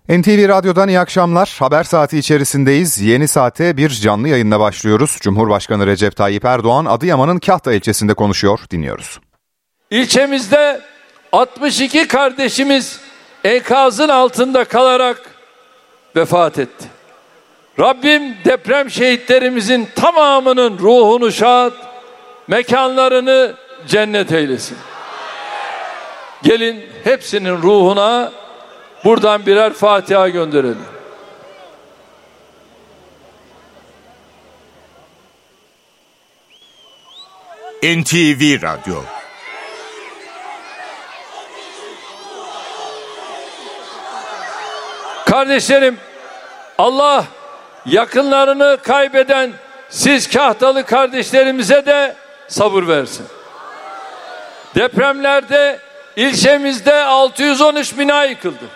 NTV Radyo'dan iyi akşamlar. Haber saati içerisindeyiz. Yeni saate bir canlı yayınla başlıyoruz. Cumhurbaşkanı Recep Tayyip Erdoğan Adıyaman'ın Kahta ilçesinde konuşuyor. Dinliyoruz. İlçemizde 62 kardeşimiz enkazın altında kalarak vefat etti. Rabbim deprem şehitlerimizin tamamının ruhunu şad, mekanlarını cennet eylesin. Gelin hepsinin ruhuna buradan birer Fatiha gönderelim. NTV Radyo. Kardeşlerim, Allah yakınlarını kaybeden siz Kahtalı kardeşlerimize de sabır versin. Depremlerde ilçemizde 613 bina yıkıldı.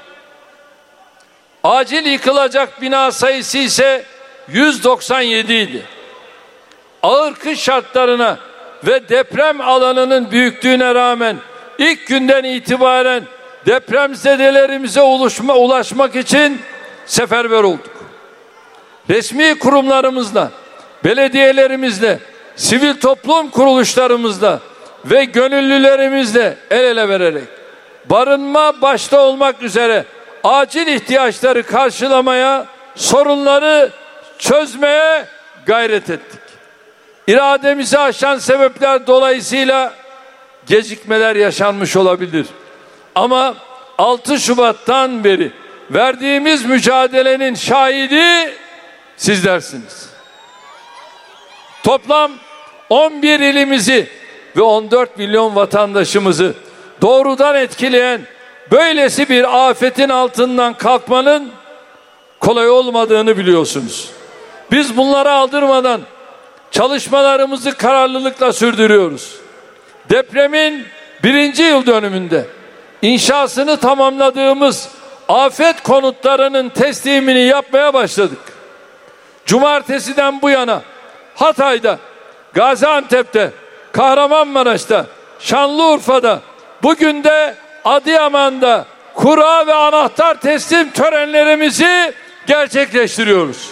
Acil yıkılacak bina sayısı ise 197 idi. Ağır kış şartlarına ve deprem alanının büyüklüğüne rağmen ilk günden itibaren depremzedelerimize ulaşmak için seferber olduk. Resmi kurumlarımızla, belediyelerimizle, sivil toplum kuruluşlarımızla ve gönüllülerimizle el ele vererek barınma başta olmak üzere acil ihtiyaçları karşılamaya, sorunları çözmeye gayret ettik. İrademizi aşan sebepler dolayısıyla gecikmeler yaşanmış olabilir. Ama 6 Şubat'tan beri verdiğimiz mücadelenin şahidi sizlersiniz. Toplam 11 ilimizi ve 14 milyon vatandaşımızı doğrudan etkileyen böylesi bir afetin altından kalkmanın kolay olmadığını biliyorsunuz. Biz bunlara aldırmadan çalışmalarımızı kararlılıkla sürdürüyoruz. Depremin 1. yıl dönümünde inşasını tamamladığımız afet konutlarının teslimini yapmaya başladık. Cumartesiden bu yana Hatay'da, Gaziantep'te, Kahramanmaraş'ta, Şanlıurfa'da, bugün de Adıyaman'da kura ve anahtar teslim törenlerimizi gerçekleştiriyoruz.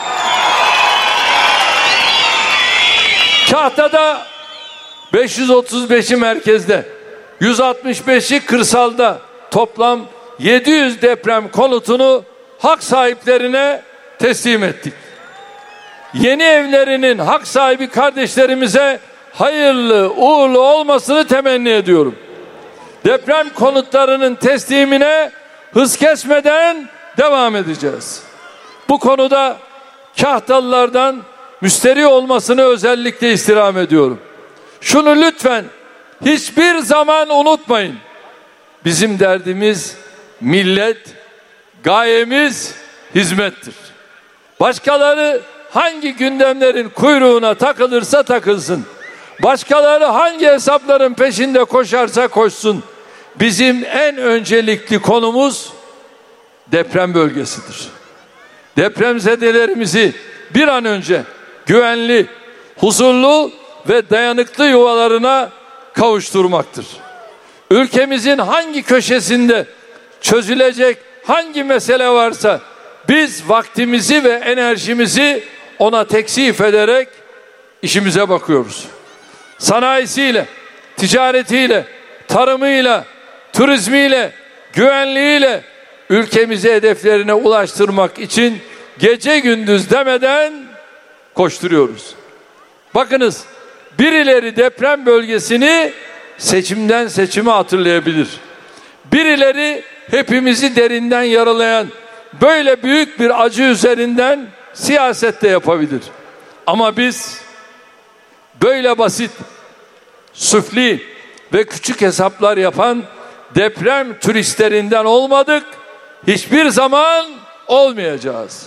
Kahta'da 535'i merkezde, 165'i kırsalda toplam 700 deprem konutunu hak sahiplerine teslim ettik. Yeni evlerinin hak sahibi kardeşlerimize hayırlı, uğurlu olmasını temenni ediyorum. Deprem konutlarının teslimine hız kesmeden devam edeceğiz. Bu konuda Kahtalılardan müsterih olmasını özellikle istirham ediyorum. Şunu lütfen hiçbir zaman unutmayın. Bizim derdimiz millet, gayemiz hizmettir. Başkaları hangi gündemlerin kuyruğuna takılırsa takılsın. Başkaları hangi hesapların peşinde koşarsa koşsun. Bizim en öncelikli konumuz deprem bölgesidir. Depremzedelerimizi bir an önce güvenli, huzurlu ve dayanıklı yuvalarına kavuşturmaktır. Ülkemizin hangi köşesinde çözülecek hangi mesele varsa biz vaktimizi ve enerjimizi ona teksif ederek işimize bakıyoruz. Sanayisiyle, ticaretiyle, tarımıyla, turizmiyle, güvenliğiyle ülkemizi hedeflerine ulaştırmak için gece gündüz demeden koşturuyoruz. Bakınız, birileri deprem bölgesini seçimden seçime hatırlayabilir. Birileri hepimizi derinden yaralayan böyle büyük bir acı üzerinden siyaset de yapabilir. Ama biz böyle basit, süfli ve küçük hesaplar yapan deprem turistlerinden olmadık, hiçbir zaman olmayacağız.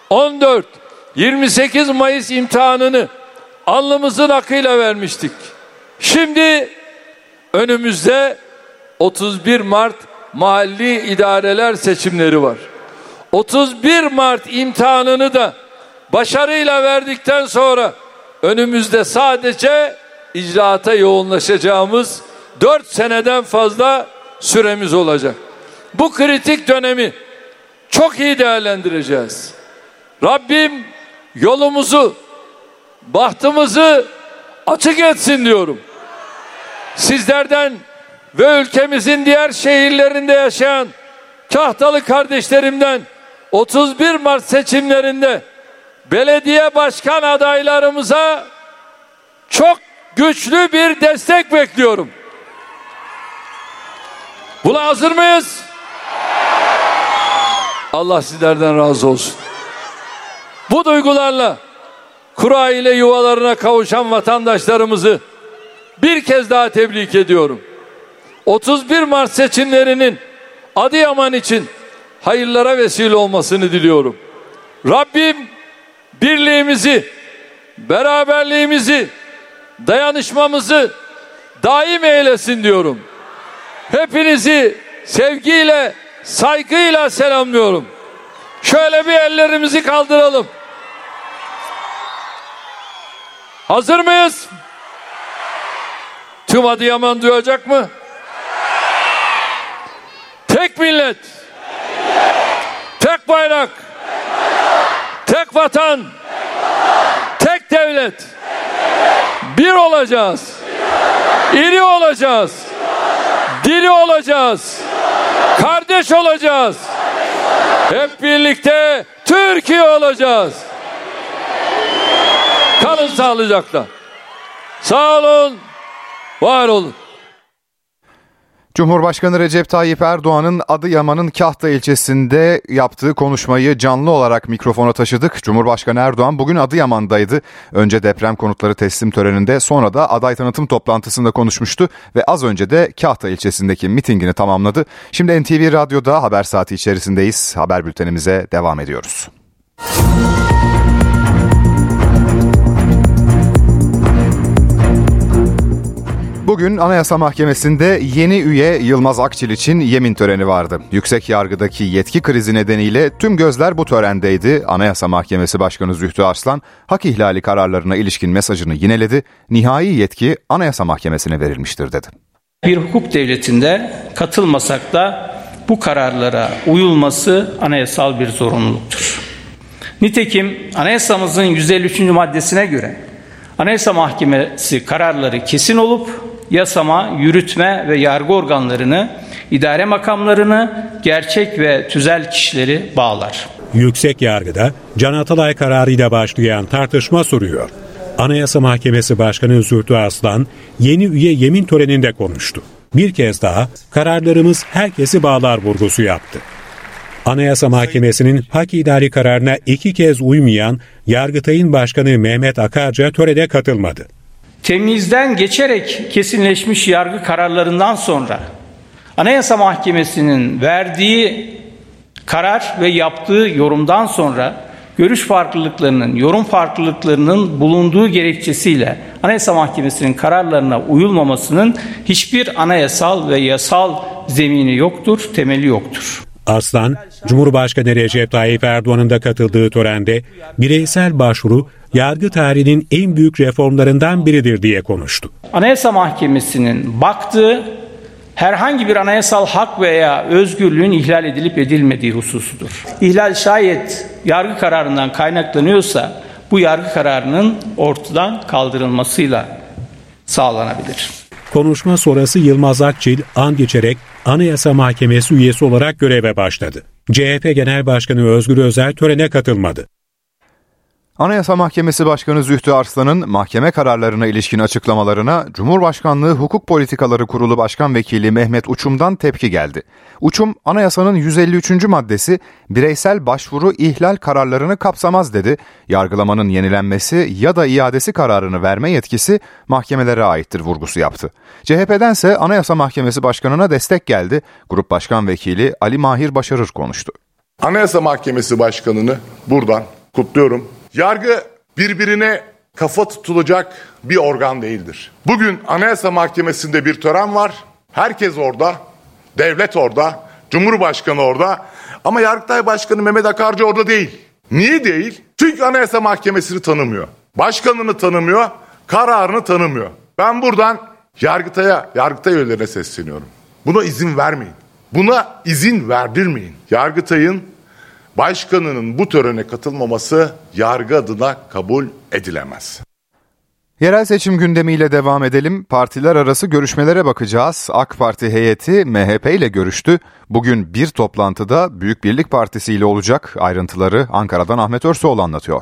14-28 Mayıs imtihanını alnımızın akıyla vermiştik. Şimdi önümüzde 31 Mart mahalli idareler seçimleri var. 31 Mart imtihanını da başarıyla verdikten sonra önümüzde sadece icraata yoğunlaşacağımız 4 seneden fazla süremiz olacak. Bu kritik dönemi çok iyi değerlendireceğiz. Rabbim yolumuzu, bahtımızı açık etsin diyorum. Sizlerden ve ülkemizin diğer şehirlerinde yaşayan Kahtalı kardeşlerimden 31 Mart seçimlerinde belediye başkan adaylarımıza çok güçlü bir destek bekliyorum. Buna hazır mıyız? Allah sizlerden razı olsun. Bu duygularla kura ile yuvalarına kavuşan vatandaşlarımızı bir kez daha tebrik ediyorum. 31 Mart seçimlerinin Adıyaman için hayırlara vesile olmasını diliyorum. Rabbim birliğimizi, beraberliğimizi, dayanışmamızı daim eylesin diyorum. Hepinizi sevgiyle, saygıyla selamlıyorum. Şöyle bir ellerimizi kaldıralım. Hazır mıyız? Tüm Adıyaman duyacak mı? Tek millet, tek bayrak, tek vatan, tek devlet. Bir olacağız, iri olacağız, diri olacağız, kardeş olacağız. Hep birlikte Türkiye olacağız. Kalın sağlıcakla. Sağ olun, var olun. Cumhurbaşkanı Recep Tayyip Erdoğan'ın Adıyaman'ın Kahta ilçesinde yaptığı konuşmayı canlı olarak mikrofona taşıdık. Cumhurbaşkanı Erdoğan bugün Adıyaman'daydı. Önce deprem konutları teslim töreninde, sonra da aday tanıtım toplantısında konuşmuştu ve az önce de Kahta ilçesindeki mitingini tamamladı. Şimdi NTV Radyo'da haber saati içerisindeyiz. Haber bültenimize devam ediyoruz. Bugün Anayasa Mahkemesi'nde yeni üye Yılmaz Akçil için yemin töreni vardı. Yüksek yargıdaki yetki krizi nedeniyle tüm gözler bu törendeydi. Anayasa Mahkemesi Başkanı Zühtü Arslan, hak ihlali kararlarına ilişkin mesajını yineledi. Nihai yetki Anayasa Mahkemesi'ne verilmiştir dedi. Bir hukuk devletinde katılmasak da bu kararlara uyulması anayasal bir zorunluluktur. Nitekim anayasamızın 153. maddesine göre Anayasa Mahkemesi kararları kesin olup yasama, yürütme ve yargı organlarını, idare makamlarını, gerçek ve tüzel kişileri bağlar. Yüksek yargıda Can Atalay kararıyla başlayan tartışma sürüyor. Anayasa Mahkemesi Başkanı Zühtü Arslan yeni üye yemin töreninde konuştu. Bir kez daha kararlarımız herkesi bağlar vurgusu yaptı. Anayasa Mahkemesi'nin hak ihlali kararına 2 kez uymayan Yargıtay'ın Başkanı Mehmet Akarca törene katılmadı. Temizden geçerek kesinleşmiş yargı kararlarından sonra Anayasa Mahkemesi'nin verdiği karar ve yaptığı yorumdan sonra görüş farklılıklarının, yorum farklılıklarının bulunduğu gerekçesiyle Anayasa Mahkemesi'nin kararlarına uyulmamasının hiçbir anayasal ve yasal zemini yoktur, temeli yoktur. Arslan, Cumhurbaşkanı Recep Tayyip Erdoğan'ın da katıldığı törende bireysel başvuru yargı tarihinin en büyük reformlarından biridir diye konuştu. Anayasa Mahkemesi'nin baktığı herhangi bir anayasal hak veya özgürlüğün ihlal edilip edilmediği hususudur. İhlal şayet yargı kararından kaynaklanıyorsa bu yargı kararının ortadan kaldırılmasıyla sağlanabilir. Konuşma sonrası Yılmaz Akçil and içerek Anayasa Mahkemesi üyesi olarak göreve başladı. CHP Genel Başkanı Özgür Özel törene katılmadı. Anayasa Mahkemesi Başkanı Zühtü Arslan'ın mahkeme kararlarına ilişkin açıklamalarına Cumhurbaşkanlığı Hukuk Politikaları Kurulu Başkan Vekili Mehmet Uçum'dan tepki geldi. Uçum, anayasanın 153. maddesi bireysel başvuru ihlal kararlarını kapsamaz dedi. Yargılamanın yenilenmesi ya da iadesi kararını verme yetkisi mahkemelere aittir vurgusu yaptı. CHP'dense Anayasa Mahkemesi Başkanı'na destek geldi. Grup Başkan Vekili Ali Mahir Başarır konuştu. Anayasa Mahkemesi Başkanı'nı buradan kutluyorum. Yargı birbirine kafa tutulacak bir organ değildir. Bugün Anayasa Mahkemesi'nde bir tören var. Herkes orada, devlet orada, Cumhurbaşkanı orada. Ama Yargıtay Başkanı Mehmet Akarcı orada değil. Niye değil? Çünkü Anayasa Mahkemesi'ni tanımıyor. Başkanını tanımıyor, kararını tanımıyor. Ben buradan Yargıtay üyelerine sesleniyorum. Buna izin vermeyin. Buna izin verdirmeyin. Yargıtay'ın başkanının bu törene katılmaması yargı adına kabul edilemez. Yerel seçim gündemiyle devam edelim. Partiler arası görüşmelere bakacağız. AK Parti heyeti MHP ile görüştü. Bugün bir toplantıda Büyük Birlik Partisi ile olacak. Ayrıntıları Ankara'dan Ahmet Örsoğlu anlatıyor.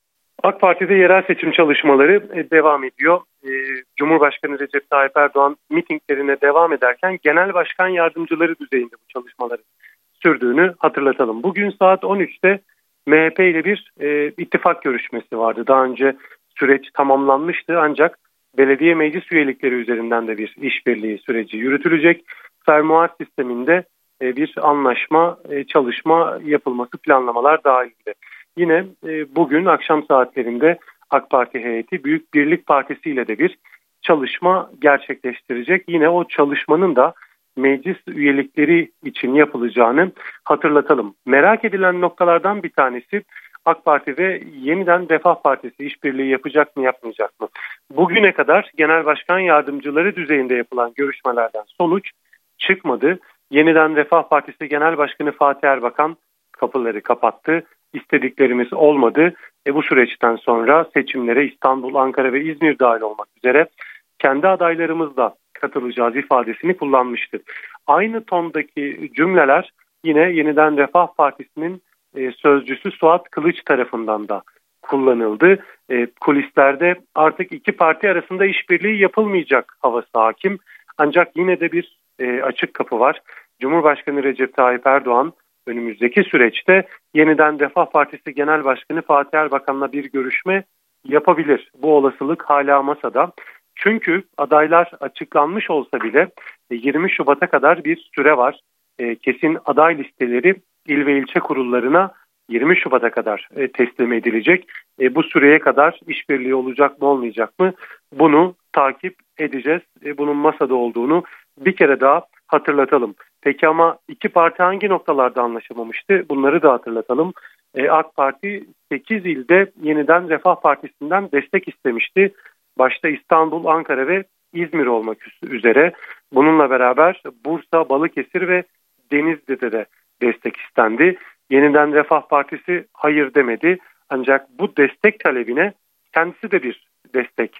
AK Parti'de yerel seçim çalışmaları devam ediyor. Cumhurbaşkanı Recep Tayyip Erdoğan mitinglerine devam ederken genel başkan yardımcıları düzeyinde bu çalışmaların sürdüğünü hatırlatalım. Bugün saat 13'te MHP ile bir ittifak görüşmesi vardı. Daha önce süreç tamamlanmıştı ancak belediye meclis üyelikleri üzerinden de bir işbirliği süreci yürütülecek. Fermuar sisteminde bir anlaşma, çalışma yapılması planlamalar dahilinde. Yine bugün akşam saatlerinde AK Parti heyeti Büyük Birlik Partisi ile de bir çalışma gerçekleştirecek. Yine o çalışmanın da meclis üyelikleri için yapılacağını hatırlatalım. Merak edilen noktalardan bir tanesi AK Parti ve Yeniden Refah Partisi işbirliği yapacak mı yapmayacak mı? Bugüne kadar genel başkan yardımcıları düzeyinde yapılan görüşmelerden sonuç çıkmadı. Yeniden Refah Partisi Genel Başkanı Fatih Erbakan kapıları kapattı. İstediklerimiz olmadı. Bu süreçten sonra seçimlere İstanbul, Ankara ve İzmir dahil olmak üzere kendi adaylarımızla katılacağız ifadesini kullanmıştı. Aynı tondaki cümleler yine Yeniden Refah Partisi'nin sözcüsü Suat Kılıç tarafından da kullanıldı. Kulislerde artık iki parti arasında işbirliği yapılmayacak havası hakim. Ancak yine de bir açık kapı var. Cumhurbaşkanı Recep Tayyip Erdoğan önümüzdeki süreçte Yeniden Refah Partisi Genel Başkanı Fatih Erbakan'la bir görüşme yapabilir. Bu olasılık hala masada. Çünkü adaylar açıklanmış olsa bile 20 Şubat'a kadar bir süre var. Kesin aday listeleri il ve ilçe kurullarına 20 Şubat'a kadar teslim edilecek. Bu süreye kadar işbirliği olacak mı olmayacak mı? Bunu takip edeceğiz. Bunun masada olduğunu bir kere daha hatırlatalım. Peki ama iki parti hangi noktalarda anlaşamamıştı? Bunları da hatırlatalım. AK Parti 8 ilde Yeniden Refah Partisi'nden destek istemişti. Başta İstanbul, Ankara ve İzmir olmak üzere. Bununla beraber Bursa, Balıkesir ve Denizli'de de destek istendi. Yeniden Refah Partisi hayır demedi. Ancak bu destek talebine kendisi de bir destek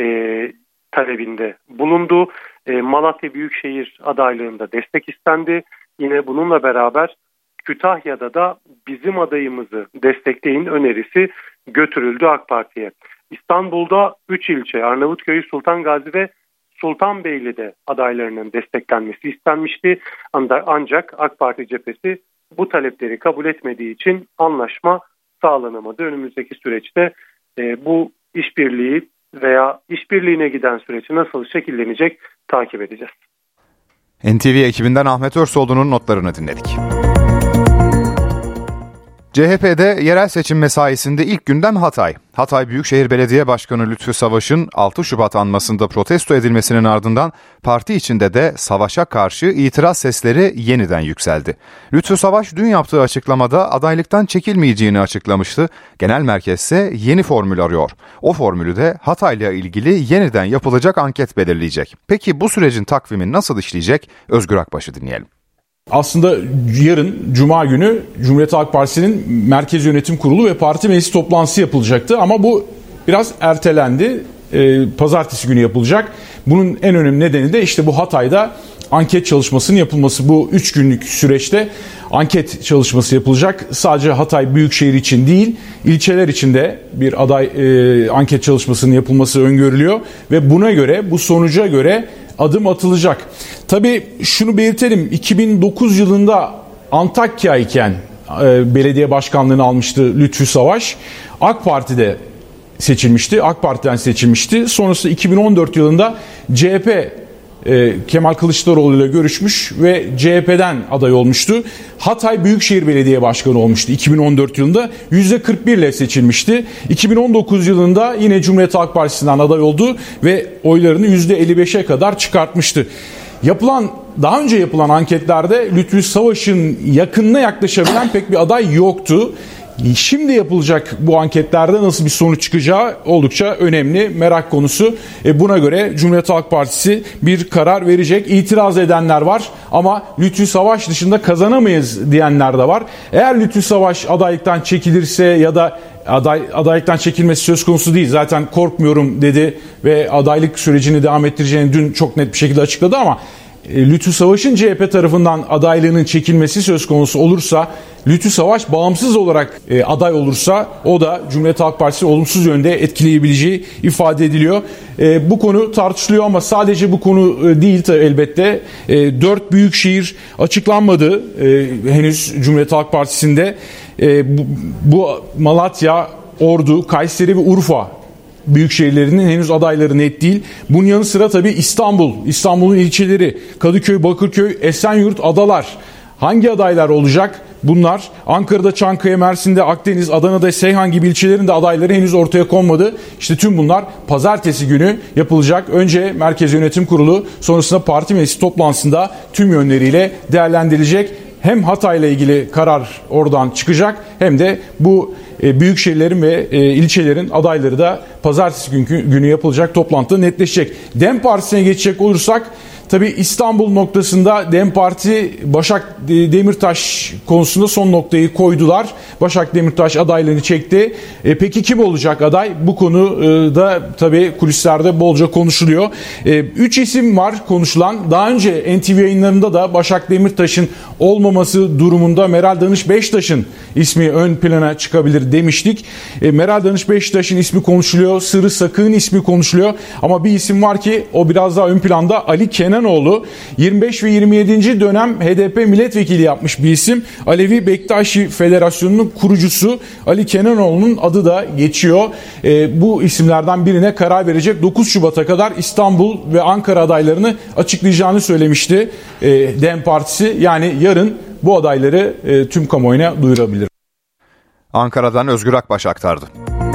talebinde bulundu. Malatya Büyükşehir adaylığında destek istendi. Yine bununla beraber Kütahya'da da bizim adayımızı destekleyin önerisi götürüldü AK Parti'ye. İstanbul'da 3 ilçe Arnavutköy, Sultan Gazi ve Sultanbeyli'de adaylarının desteklenmesi istenmişti. Ancak AK Parti cephesi bu talepleri kabul etmediği için anlaşma sağlanamadı. Önümüzdeki süreçte bu işbirliği veya işbirliğine giden süreç nasıl şekillenecek takip edeceğiz. NTV ekibinden Ahmet Örsoğlu'nun notlarını dinledik. CHP'de yerel seçim mesaisinde ilk gündem Hatay. Hatay Büyükşehir Belediye Başkanı Lütfü Savaş'ın 6 Şubat anmasında protesto edilmesinin ardından parti içinde de Savaş'a karşı itiraz sesleri yeniden yükseldi. Lütfü Savaş dün yaptığı açıklamada adaylıktan çekilmeyeceğini açıklamıştı. Genel merkez ise yeni formül arıyor. O formülü de Hatay'la ilgili yeniden yapılacak anket belirleyecek. Peki bu sürecin takvimi nasıl işleyecek? Özgür Akbaş'ı dinleyelim. Aslında yarın Cuma günü Cumhuriyet Halk Partisi'nin Merkez Yönetim Kurulu ve parti meclis toplantısı yapılacaktı. Ama bu biraz ertelendi. Pazartesi günü yapılacak. Bunun en önemli nedeni de işte bu Hatay'da anket çalışmasının yapılması. Bu 3 günlük süreçte anket çalışması yapılacak. Sadece Hatay Büyükşehir için değil, ilçeler için de bir aday anket çalışmasının yapılması öngörülüyor. Ve buna göre, bu sonuca göre adım atılacak. Tabii şunu belirtelim, 2009 yılında Antakya iken belediye başkanlığını almıştı Lütfü Savaş. AK Parti'de seçilmişti, AK Parti'den seçilmişti. Sonrasında 2014 yılında CHP Kemal Kılıçdaroğlu ile görüşmüş ve CHP'den aday olmuştu. Hatay Büyükşehir Belediye Başkanı olmuştu 2014 yılında. %41 ile seçilmişti. 2019 yılında yine Cumhuriyet Halk Partisi'nden aday oldu ve oylarını %55'e kadar çıkartmıştı. Daha önce yapılan anketlerde Lütfü Savaş'ın yakınına yaklaşabilen pek bir aday yoktu. Şimdi yapılacak bu anketlerde nasıl bir sonuç çıkacağı oldukça önemli, merak konusu. Buna göre Cumhuriyet Halk Partisi bir karar verecek. İtiraz edenler var ama Lütfü Savaş dışında kazanamayız diyenler de var. Eğer Lütfü Savaş adaylıktan çekilirse ya da adaylıktan çekilmesi söz konusu değil. Zaten korkmuyorum dedi ve adaylık sürecini devam ettireceğini dün çok net bir şekilde açıkladı ama Lütfü Savaş'ın CHP tarafından adaylığının çekilmesi söz konusu olursa, Lütfü Savaş bağımsız olarak aday olursa o da Cumhuriyet Halk Partisi olumsuz yönde etkileyebileceği ifade ediliyor. Bu konu tartışılıyor ama sadece bu konu değil elbette. 4 büyükşehir açıklanmadı henüz Cumhuriyet Halk Partisi'nde. Bu Malatya, Ordu, Kayseri ve Urfa büyük şehirlerinin henüz adayları net değil. Bunun yanı sıra tabii İstanbul'un ilçeleri, Kadıköy, Bakırköy, Esenyurt, Adalar. Hangi adaylar olacak? Bunlar Ankara'da, Çankaya, Mersin'de, Akdeniz, Adana'da, Seyhan gibi ilçelerin de adayları henüz ortaya konmadı. İşte tüm bunlar pazartesi günü yapılacak. Önce Merkez Yönetim Kurulu, sonrasında parti meclisi toplantısında tüm yönleriyle değerlendirilecek. Hem Hatay'la ilgili karar oradan çıkacak hem de bu büyük şehirlerin ve ilçelerin adayları da pazartesi günü yapılacak toplantıda netleşecek. DEM Partisi'ne geçecek olursak tabii İstanbul noktasında DEM Parti Başak Demirtaş konusunda son noktayı koydular. Başak Demirtaş adaylığını çekti. Peki kim olacak aday? Bu konu da tabii kulislerde bolca konuşuluyor. 3 isim var konuşulan. Daha önce NTV yayınlarında da Başak Demirtaş'ın olmaması durumunda Meral Danış Beştaş'ın ismi ön plana çıkabilir demiştik. Meral Danış Beştaş'ın ismi konuşuluyor. Sırrı Sakık'ın ismi konuşuluyor. Ama bir isim var ki o biraz daha ön planda, Ali Kenanoğlu. 25 ve 27. dönem HDP milletvekili yapmış bir isim. Alevi Bektaşi Federasyonu'nun kurucusu Ali Kenanoğlu'nun adı da geçiyor. Bu isimlerden birine karar verecek. 9 Şubat'a kadar İstanbul ve Ankara adaylarını açıklayacağını söylemişti DEM Partisi. Yani yarın bu adayları tüm kamuoyuna duyurabilir. Ankara'dan Özgür Akbaş aktardı.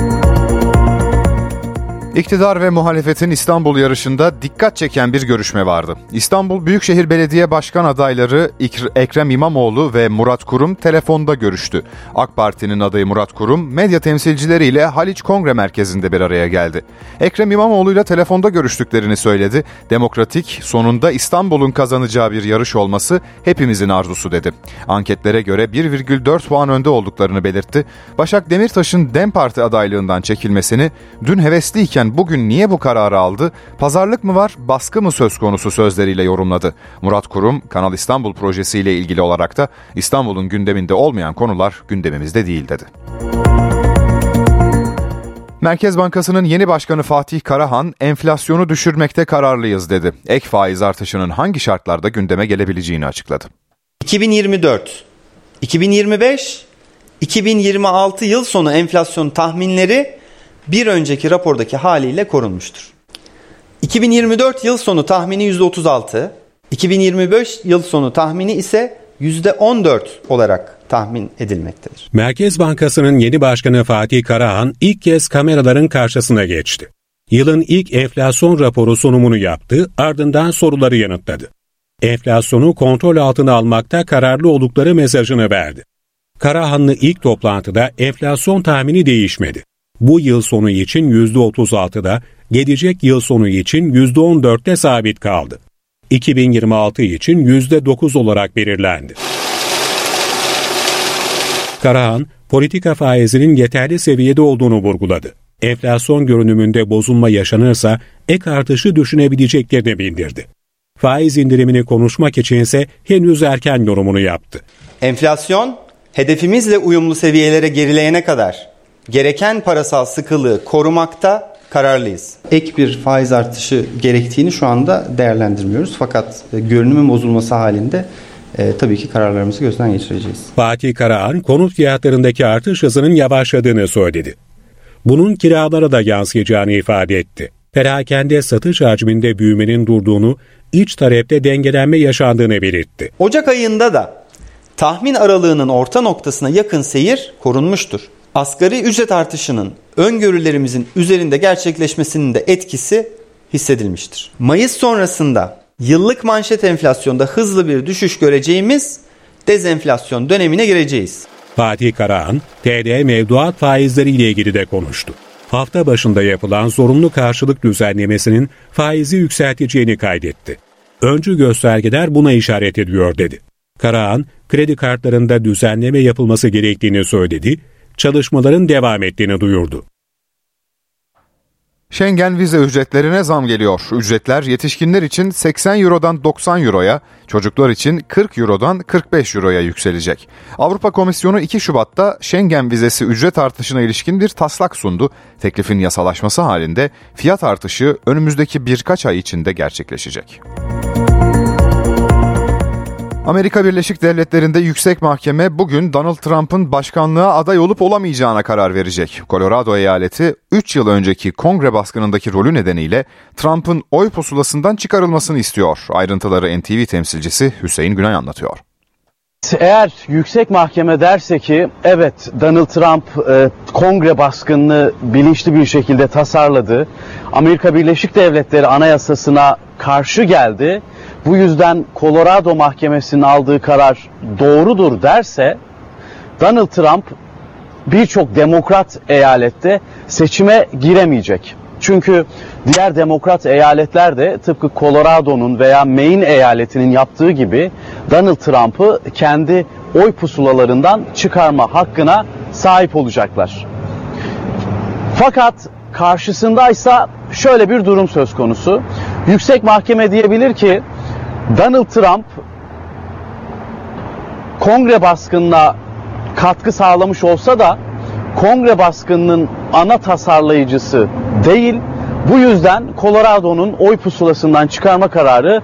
İktidar ve muhalefetin İstanbul yarışında dikkat çeken bir görüşme vardı. İstanbul Büyükşehir Belediye Başkan adayları Ekrem İmamoğlu ve Murat Kurum telefonda görüştü. AK Parti'nin adayı Murat Kurum medya temsilcileriyle Haliç Kongre Merkezi'nde bir araya geldi. Ekrem İmamoğlu'yla telefonda görüştüklerini söyledi. Demokratik, sonunda İstanbul'un kazanacağı bir yarış olması hepimizin arzusu dedi. Anketlere göre 1,4 puan önde olduklarını belirtti. Başak Demirtaş'ın DEM Parti adaylığından çekilmesini dün hevesliyken bugün niye bu kararı aldı, pazarlık mı var, baskı mı söz konusu sözleriyle yorumladı. Murat Kurum, Kanal İstanbul projesiyle ilgili olarak da İstanbul'un gündeminde olmayan konular gündemimizde değil dedi. Merkez Bankası'nın yeni başkanı Fatih Karahan, enflasyonu düşürmekte kararlıyız dedi. Ek faiz artışının hangi şartlarda gündeme gelebileceğini açıkladı. 2024, 2025, 2026 yıl sonu enflasyon tahminleri bir önceki rapordaki haliyle korunmuştur. 2024 yıl sonu tahmini %36, 2025 yıl sonu tahmini ise %14 olarak tahmin edilmektedir. Merkez Bankası'nın yeni başkanı Fatih Karahan ilk kez kameraların karşısına geçti. Yılın ilk enflasyon raporu sunumunu yaptı, ardından soruları yanıtladı. Enflasyonu kontrol altına almakta kararlı oldukları mesajını verdi. Karahan'lı ilk toplantıda enflasyon tahmini değişmedi. Bu yıl sonu için %36'da, gelecek yıl sonu için %14'te sabit kaldı. 2026 için %9 olarak belirlendi. Karahan, politika faizinin yeterli seviyede olduğunu vurguladı. Enflasyon görünümünde bozulma yaşanırsa ek artışı düşünebileceklerini bildirdi. Faiz indirimini konuşmak içinse henüz erken yorumunu yaptı. Enflasyon, hedefimizle uyumlu seviyelere gerileyene kadar gereken parasal sıkılığı korumakta kararlıyız. Ek bir faiz artışı gerektiğini şu anda değerlendirmiyoruz. Fakat görünümün bozulması halinde tabii ki kararlarımızı gözden geçireceğiz. Fatih Karahan, konut fiyatlarındaki artış hızının yavaşladığını söyledi. Bunun kiralara da yansıyacağını ifade etti. Perakende satış hacminde büyümenin durduğunu, iç talepte dengelenme yaşandığını belirtti. Ocak ayında da tahmin aralığının orta noktasına yakın seyir korunmuştur. Asgari ücret artışının öngörülerimizin üzerinde gerçekleşmesinin de etkisi hissedilmiştir. Mayıs sonrasında yıllık manşet enflasyonda hızlı bir düşüş göreceğimiz dezenflasyon dönemine gireceğiz. Fatih Karahan, TL mevduat faizleri ile ilgili de konuştu. Hafta başında yapılan zorunlu karşılık düzenlemesinin faizi yükselteceğini kaydetti. Öncü göstergeler buna işaret ediyor dedi. Karahan, kredi kartlarında düzenleme yapılması gerektiğini söyledi, çalışmaların devam ettiğini duyurdu. Schengen vize ücretlerine zam geliyor. Ücretler yetişkinler için 80 Euro'dan 90 Euro'ya, çocuklar için 40 Euro'dan 45 Euro'ya yükselecek. Avrupa Komisyonu 2 Şubat'ta Schengen vizesi ücret artışına ilişkin bir taslak sundu. Teklifin yasalaşması halinde fiyat artışı önümüzdeki birkaç ay içinde gerçekleşecek. Amerika Birleşik Devletleri'nde yüksek mahkeme bugün Donald Trump'ın başkanlığa aday olup olamayacağına karar verecek. Colorado eyaleti 3 yıl önceki kongre baskınındaki rolü nedeniyle Trump'ın oy pusulasından çıkarılmasını istiyor. Ayrıntıları NTV temsilcisi Hüseyin Günay anlatıyor. Eğer yüksek mahkeme derse ki evet Donald Trump kongre baskınını bilinçli bir şekilde tasarladı, Amerika Birleşik Devletleri Anayasası'na karşı geldi, bu yüzden Colorado Mahkemesi'nin aldığı karar doğrudur derse, Donald Trump birçok demokrat eyalette seçime giremeyecek. Çünkü diğer demokrat eyaletler de tıpkı Colorado'nun veya Maine eyaletinin yaptığı gibi Donald Trump'ı kendi oy pusulalarından çıkarma hakkına sahip olacaklar. Fakat karşısındaysa şöyle bir durum söz konusu. Yüksek mahkeme diyebilir ki Donald Trump kongre baskınına katkı sağlamış olsa da kongre baskınının ana tasarlayıcısı değil. Bu yüzden Colorado'nun oy pusulasından çıkarma kararı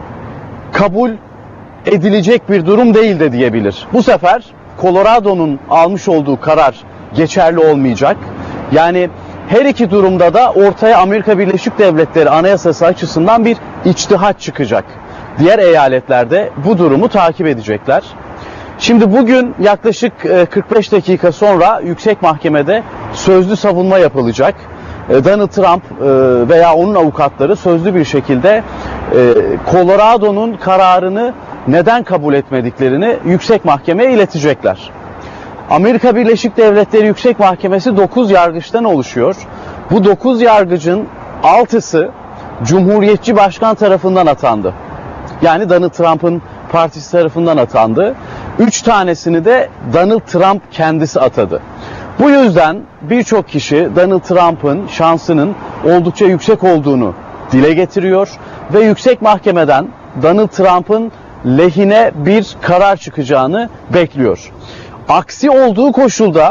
kabul edilecek bir durum değil de diyebilir. Bu sefer Colorado'nun almış olduğu karar geçerli olmayacak. Yani her iki durumda da ortaya Amerika Birleşik Devletleri Anayasası açısından bir içtihat çıkacak. Diğer eyaletlerde bu durumu takip edecekler. Şimdi bugün yaklaşık 45 dakika sonra yüksek mahkemede sözlü savunma yapılacak. Donald Trump veya onun avukatları sözlü bir şekilde Colorado'nun kararını neden kabul etmediklerini yüksek mahkemeye iletecekler. Amerika Birleşik Devletleri Yüksek Mahkemesi 9 yargıçtan oluşuyor. Bu 9 yargıcın 6'sı Cumhuriyetçi Başkan tarafından atandı. Yani Donald Trump'ın partisi tarafından atandı. 3 tanesini de Donald Trump kendisi atadı. Bu yüzden birçok kişi Donald Trump'ın şansının oldukça yüksek olduğunu dile getiriyor ve yüksek mahkemeden Donald Trump'ın lehine bir karar çıkacağını bekliyor. Aksi olduğu koşulda,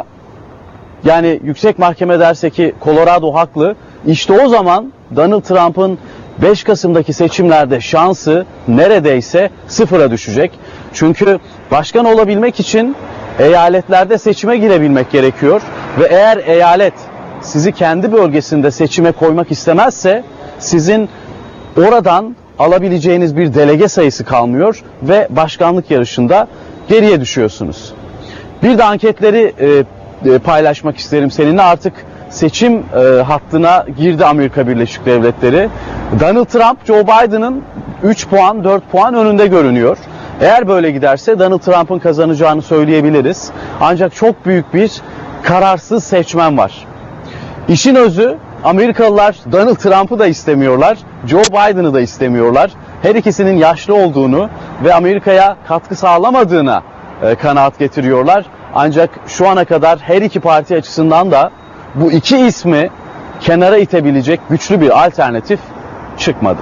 yani yüksek mahkeme derse ki Colorado haklı, işte o zaman Donald Trump'ın 5 Kasım'daki seçimlerde şansı neredeyse sıfıra düşecek. Çünkü başkan olabilmek için eyaletlerde seçime girebilmek gerekiyor ve eğer eyalet sizi kendi bölgesinde seçime koymak istemezse sizin oradan alabileceğiniz bir delege sayısı kalmıyor ve başkanlık yarışında geriye düşüyorsunuz. Bir de anketleri paylaşmak isterim seninle. Artık seçim hattına girdi Amerika Birleşik Devletleri. Donald Trump, Joe Biden'ın 3 puan, 4 puan önünde görünüyor. Eğer böyle giderse Donald Trump'ın kazanacağını söyleyebiliriz. Ancak çok büyük bir kararsız seçmen var. İşin özü, Amerikalılar Donald Trump'ı da istemiyorlar, Joe Biden'ı da istemiyorlar. Her ikisinin yaşlı olduğunu ve Amerika'ya katkı sağlamadığına kanaat getiriyorlar. Ancak şu ana kadar her iki parti açısından da bu iki ismi kenara itebilecek güçlü bir alternatif çıkmadı.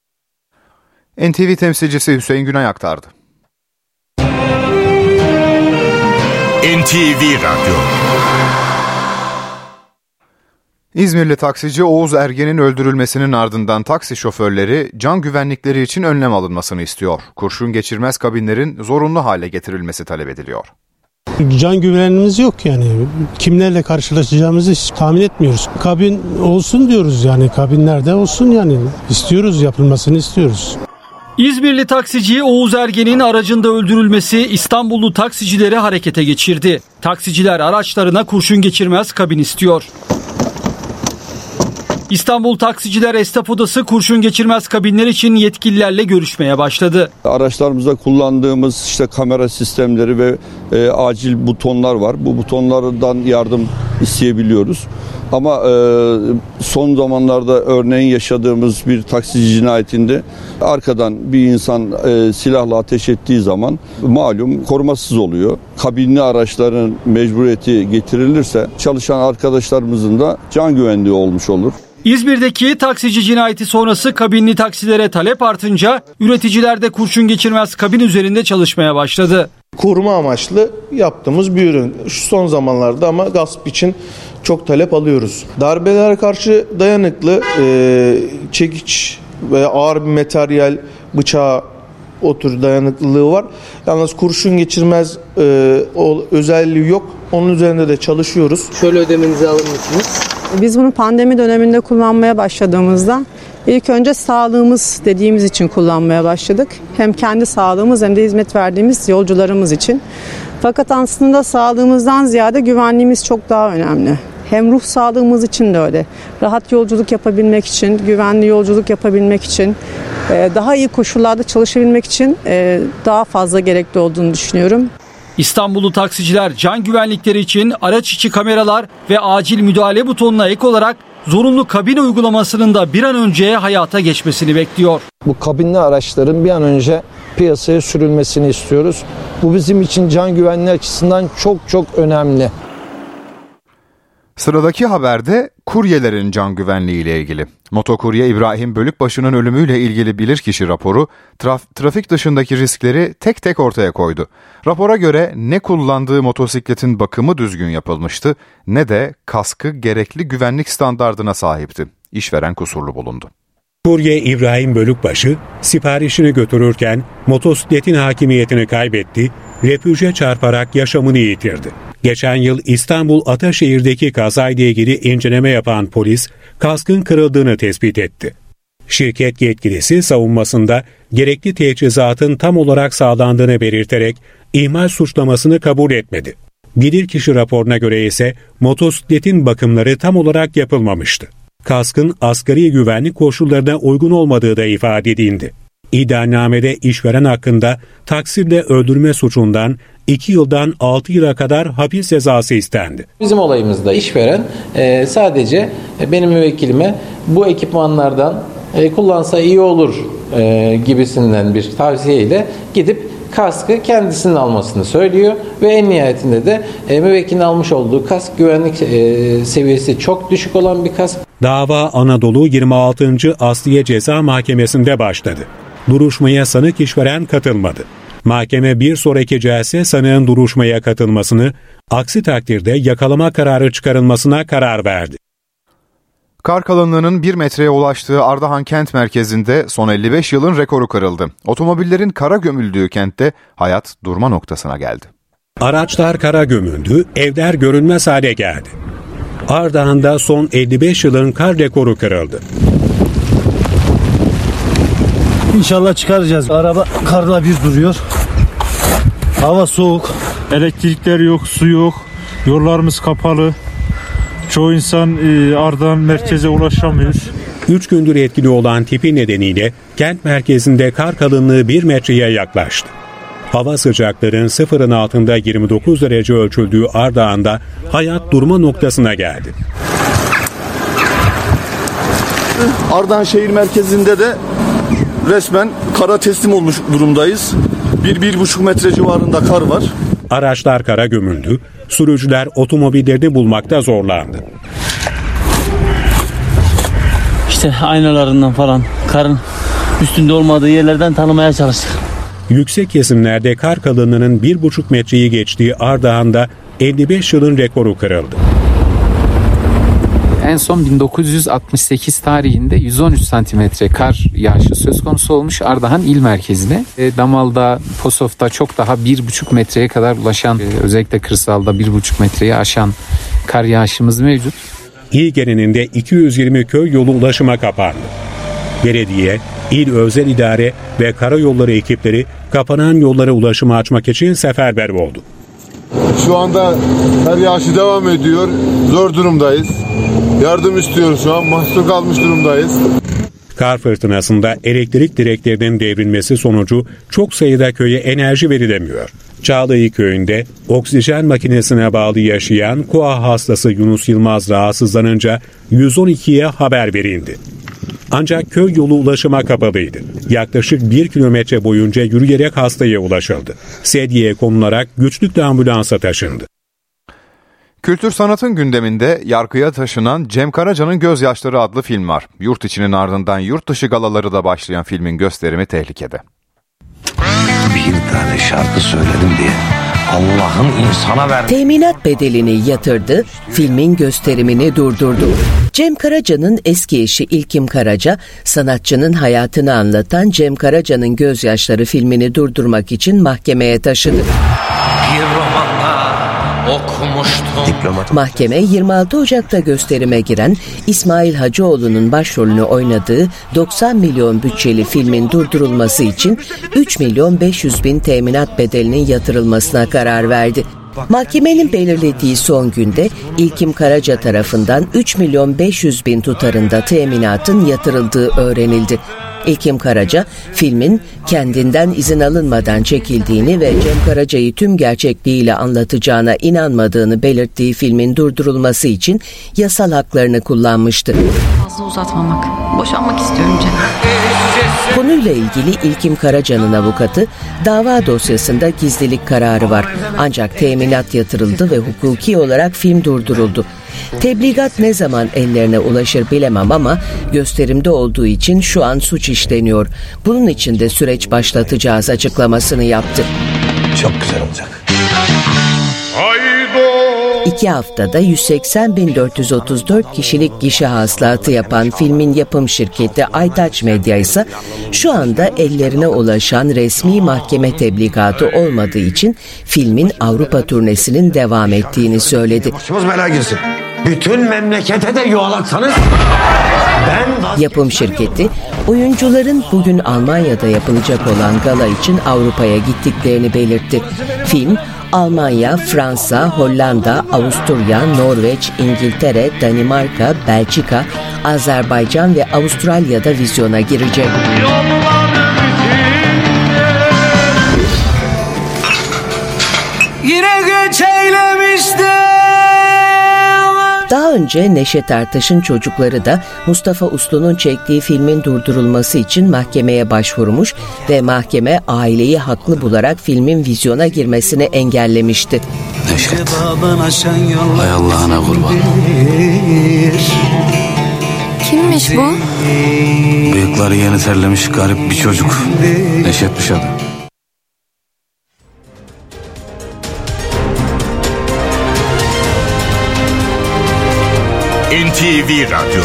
NTV temsilcisi Hüseyin Günay aktardı. NTV Radyo. İzmirli taksici Oğuz Ergen'in öldürülmesinin ardından taksi şoförleri can güvenlikleri için önlem alınmasını istiyor. Kurşun geçirmez kabinlerin zorunlu hale getirilmesi talep ediliyor. Can güvenliğimiz yok yani. Kimlerle karşılaşacağımızı hiç tahmin etmiyoruz. Kabin olsun diyoruz yani. Kabinlerde olsun yani. İstiyoruz, yapılmasını istiyoruz. İzmirli taksici Oğuz Ergen'in aracında öldürülmesi İstanbullu taksicileri harekete geçirdi. Taksiciler araçlarına kurşun geçirmez kabin istiyor. İstanbul Taksiciler Esnaf Odası kurşun geçirmez kabinler için yetkililerle görüşmeye başladı. Araçlarımızda kullandığımız kamera sistemleri ve acil butonlar var. Bu butonlardan yardım isteyebiliyoruz. Ama son zamanlarda örneğin yaşadığımız bir taksici cinayetinde arkadan bir insan silahla ateş ettiği zaman malum korumasız oluyor. Kabinli araçların mecburiyeti getirilirse çalışan arkadaşlarımızın da can güvenliği olmuş olur. İzmir'deki taksici cinayeti sonrası kabinli taksilere talep artınca üreticiler de kurşun geçirmez kabin üzerinde çalışmaya başladı. Koruma amaçlı yaptığımız bir ürün. Şu son zamanlarda ama gasp için çok talep alıyoruz. Darbelere karşı dayanıklı çekiç ve ağır bir materyal, bıçağı, o tür dayanıklılığı var. Yalnız kurşun geçirmez o özelliği yok. Onun üzerinde de çalışıyoruz. Şöyle ödemenizi alır mısınız? Biz bunu pandemi döneminde kullanmaya başladığımızda ilk önce sağlığımız dediğimiz için kullanmaya başladık. Hem kendi sağlığımız hem de hizmet verdiğimiz yolcularımız için. Fakat aslında sağlığımızdan ziyade güvenliğimiz çok daha önemli. Hem ruh sağlığımız için de öyle. Rahat yolculuk yapabilmek için, güvenli yolculuk yapabilmek için, daha iyi koşullarda çalışabilmek için daha fazla gerekli olduğunu düşünüyorum. İstanbullu taksiciler can güvenlikleri için araç içi kameralar ve acil müdahale butonuna ek olarak zorunlu kabin uygulamasının da bir an önce hayata geçmesini bekliyor. Bu kabinli araçların bir an önce piyasaya sürülmesini istiyoruz. Bu bizim için can güvenliği açısından çok önemli. Sıradaki haberde kuryelerin can güvenliği ile ilgili. Motokurye İbrahim Bölükbaşı'nın ölümüyle ilgili bilirkişi raporu trafik dışındaki riskleri tek tek ortaya koydu. Rapora göre ne kullandığı motosikletin bakımı düzgün yapılmıştı ne de kaskı gerekli güvenlik standardına sahipti. İşveren kusurlu bulundu. Kurye İbrahim Bölükbaşı siparişini götürürken motosikletin hakimiyetini kaybetti, refüje çarparak yaşamını yitirdi. Geçen yıl İstanbul Ataşehir'deki kazayla ilgili inceleme yapan polis kaskın kırıldığını tespit etti. Şirket yetkilisi savunmasında gerekli teçhizatın tam olarak sağlandığını belirterek ihmal suçlamasını kabul etmedi. Bilirkişi raporuna göre ise motosikletin bakımları tam olarak yapılmamıştı. Kaskın asgari güvenlik koşullarına uygun olmadığı da ifade edildi. İddianamede işveren hakkında taksirle öldürme suçundan 2 yıldan 6 yıla kadar hapis cezası istendi. Bizim olayımızda işveren sadece benim müvekkilime bu ekipmanlardan kullansa iyi olur gibisinden bir tavsiyeyle gidip kaskı kendisinin almasını söylüyor ve en nihayetinde de müvekkilin almış olduğu kask güvenlik seviyesi çok düşük olan bir kask. Dava Anadolu 26. Asliye Ceza Mahkemesi'nde başladı. Duruşmaya sanık işveren katılmadı. Mahkeme bir sonraki celse sanığın duruşmaya katılmasını, aksi takdirde yakalama kararı çıkarılmasına karar verdi. Kar kalınlığının 1 metreye ulaştığı Ardahan kent merkezinde son 55 yılın rekoru kırıldı. Otomobillerin kara gömüldüğü kentte hayat durma noktasına geldi. Araçlar kara gömüldü, evler görünmez hale geldi. Ardahan'da son 55 yılın kar rekoru kırıldı. İnşallah çıkaracağız. Araba karla bir duruyor. Hava soğuk. Elektrikler yok, su yok. Yollarımız kapalı. Çoğu insan Ardahan merkeze ulaşamıyor. 3 gündür etkili olan tipi nedeniyle kent merkezinde kar kalınlığı 1 metreye yaklaştı. Hava sıcaklarının sıfırın altında 29 derece ölçüldüğü Ardahan'da hayat durma noktasına geldi. Ardahan şehir merkezinde de resmen kara teslim olmuş durumdayız. 1-1,5 metre civarında kar var. Araçlar kara gömüldü, sürücüler otomobillerini bulmakta zorlandı. İşte aynalarından falan karın üstünde olmadığı yerlerden tanımaya çalıştık. Yüksek kesimlerde kar kalınlığının 1,5 metreyi geçtiği Ardahan'da 55 yılın rekoru kırıldı. En son 1968 tarihinde 113 santimetre kar yağışı söz konusu olmuş Ardahan il merkezine. Damal'da, Posof'ta çok daha 1,5 metreye kadar ulaşan, özellikle kırsalda 1,5 metreyi aşan kar yağışımız mevcut. İl genelinde 220 köy yolu ulaşıma kapandı. Belediye, il özel idare ve karayolları ekipleri kapanan yollara ulaşımı açmak için seferber oldu. Şu anda kar yağışı devam ediyor. Zor durumdayız. Yardım istiyoruz şu an. Mahsur kalmış durumdayız. Kar fırtınasında elektrik direklerinin devrilmesi sonucu çok sayıda köye enerji verilemiyor. Çağlayan köyünde oksijen makinesine bağlı yaşayan KOAH hastası Yunus Yılmaz rahatsızlanınca 112'ye haber verildi. Ancak köy yolu ulaşıma kapalıydı. Yaklaşık 1 kilometre boyunca yürüyerek hastaya ulaşıldı. Sedyeye konularak güçlükle ambulansa taşındı. Kültür sanatın gündeminde yargıya taşınan Cem Karaca'nın Gözyaşları adlı film var. Yurt içinin ardından yurt dışı galaları da başlayan filmin gösterimi tehlikede. Bir tane şarkı söyledim diye Allah'ın insana verdiği teminat bedelini yatırdı, filmin gösterimini durdurdu. Cem Karaca'nın eski eşi İlkim Karaca, sanatçının hayatını anlatan Cem Karaca'nın Gözyaşları filmini durdurmak için mahkemeye taşıdı. Bir romanda okumuştum. Mahkeme 26 Ocak'ta gösterime giren İsmail Hacıoğlu'nun başrolünü oynadığı 90 milyon bütçeli filmin durdurulması için 3 milyon 500 bin teminat bedelinin yatırılmasına karar verdi. Mahkemenin belirlediği son günde İlkim Karaca tarafından 3 milyon 500 bin tutarında teminatın yatırıldığı öğrenildi. İlkim Karaca, filmin kendinden izin alınmadan çekildiğini ve Cem Karaca'yı tüm gerçekliğiyle anlatacağına inanmadığını belirttiği filmin durdurulması için yasal haklarını kullanmıştı. Fazla uzatmamak, boşanmak istiyorum Cem. Konuyla ilgili İlkim Karaca'nın avukatı, dava dosyasında gizlilik kararı var. Ancak teminat yatırıldı ve hukuki olarak film durduruldu. Tebligat ne zaman ellerine ulaşır bilemem ama gösterimde olduğu için şu an suç işleniyor. Bunun için de süreç başlatacağız açıklamasını yaptı. Çok güzel olacak. 2 haftada 180.434 kişilik gişe hasılatı yapan filmin yapım şirketi Aytaç Medya ise şu anda ellerine ulaşan resmi mahkeme tebligatı olmadığı için filmin Avrupa turnesinin devam ettiğini söyledi. Başımız belaya girsin. Bütün memlekete de yuvalatsanız Yapım şirketi, oyuncuların bugün Almanya'da yapılacak olan gala için Avrupa'ya gittiklerini belirtti. Film, Almanya, Fransa, Hollanda, Avusturya, Norveç, İngiltere, Danimarka, Belçika, Azerbaycan ve Avustralya'da vizyona girecek. Yine göç eylemiştim. Daha önce Neşet Ertaş'ın çocukları da Mustafa Uslu'nun çektiği filmin durdurulması için mahkemeye başvurmuş ve mahkeme aileyi haklı bularak filmin vizyona girmesini engellemişti. Neşet, hay Allah'ına kurban. Kimmiş bu? Bıyıkları yeni terlemiş garip bir çocuk. Neşetmiş adı. NTV Radyo.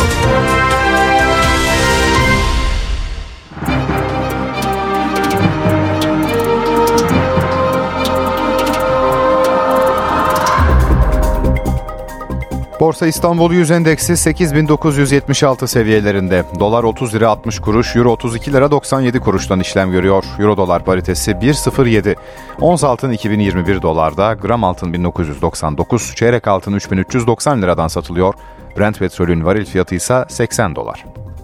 Borsa İstanbul 100 endeksi 8.976 seviyelerinde. Dolar 30 lira 60 kuruş, Euro 32 lira 97 kuruştan işlem görüyor. Euro dolar paritesi 1.07. Ons altın 2021 dolarda, gram altın 1999, çeyrek altın 3390 liradan satılıyor. Brent petrolün varil fiyatı ise 80 dolar.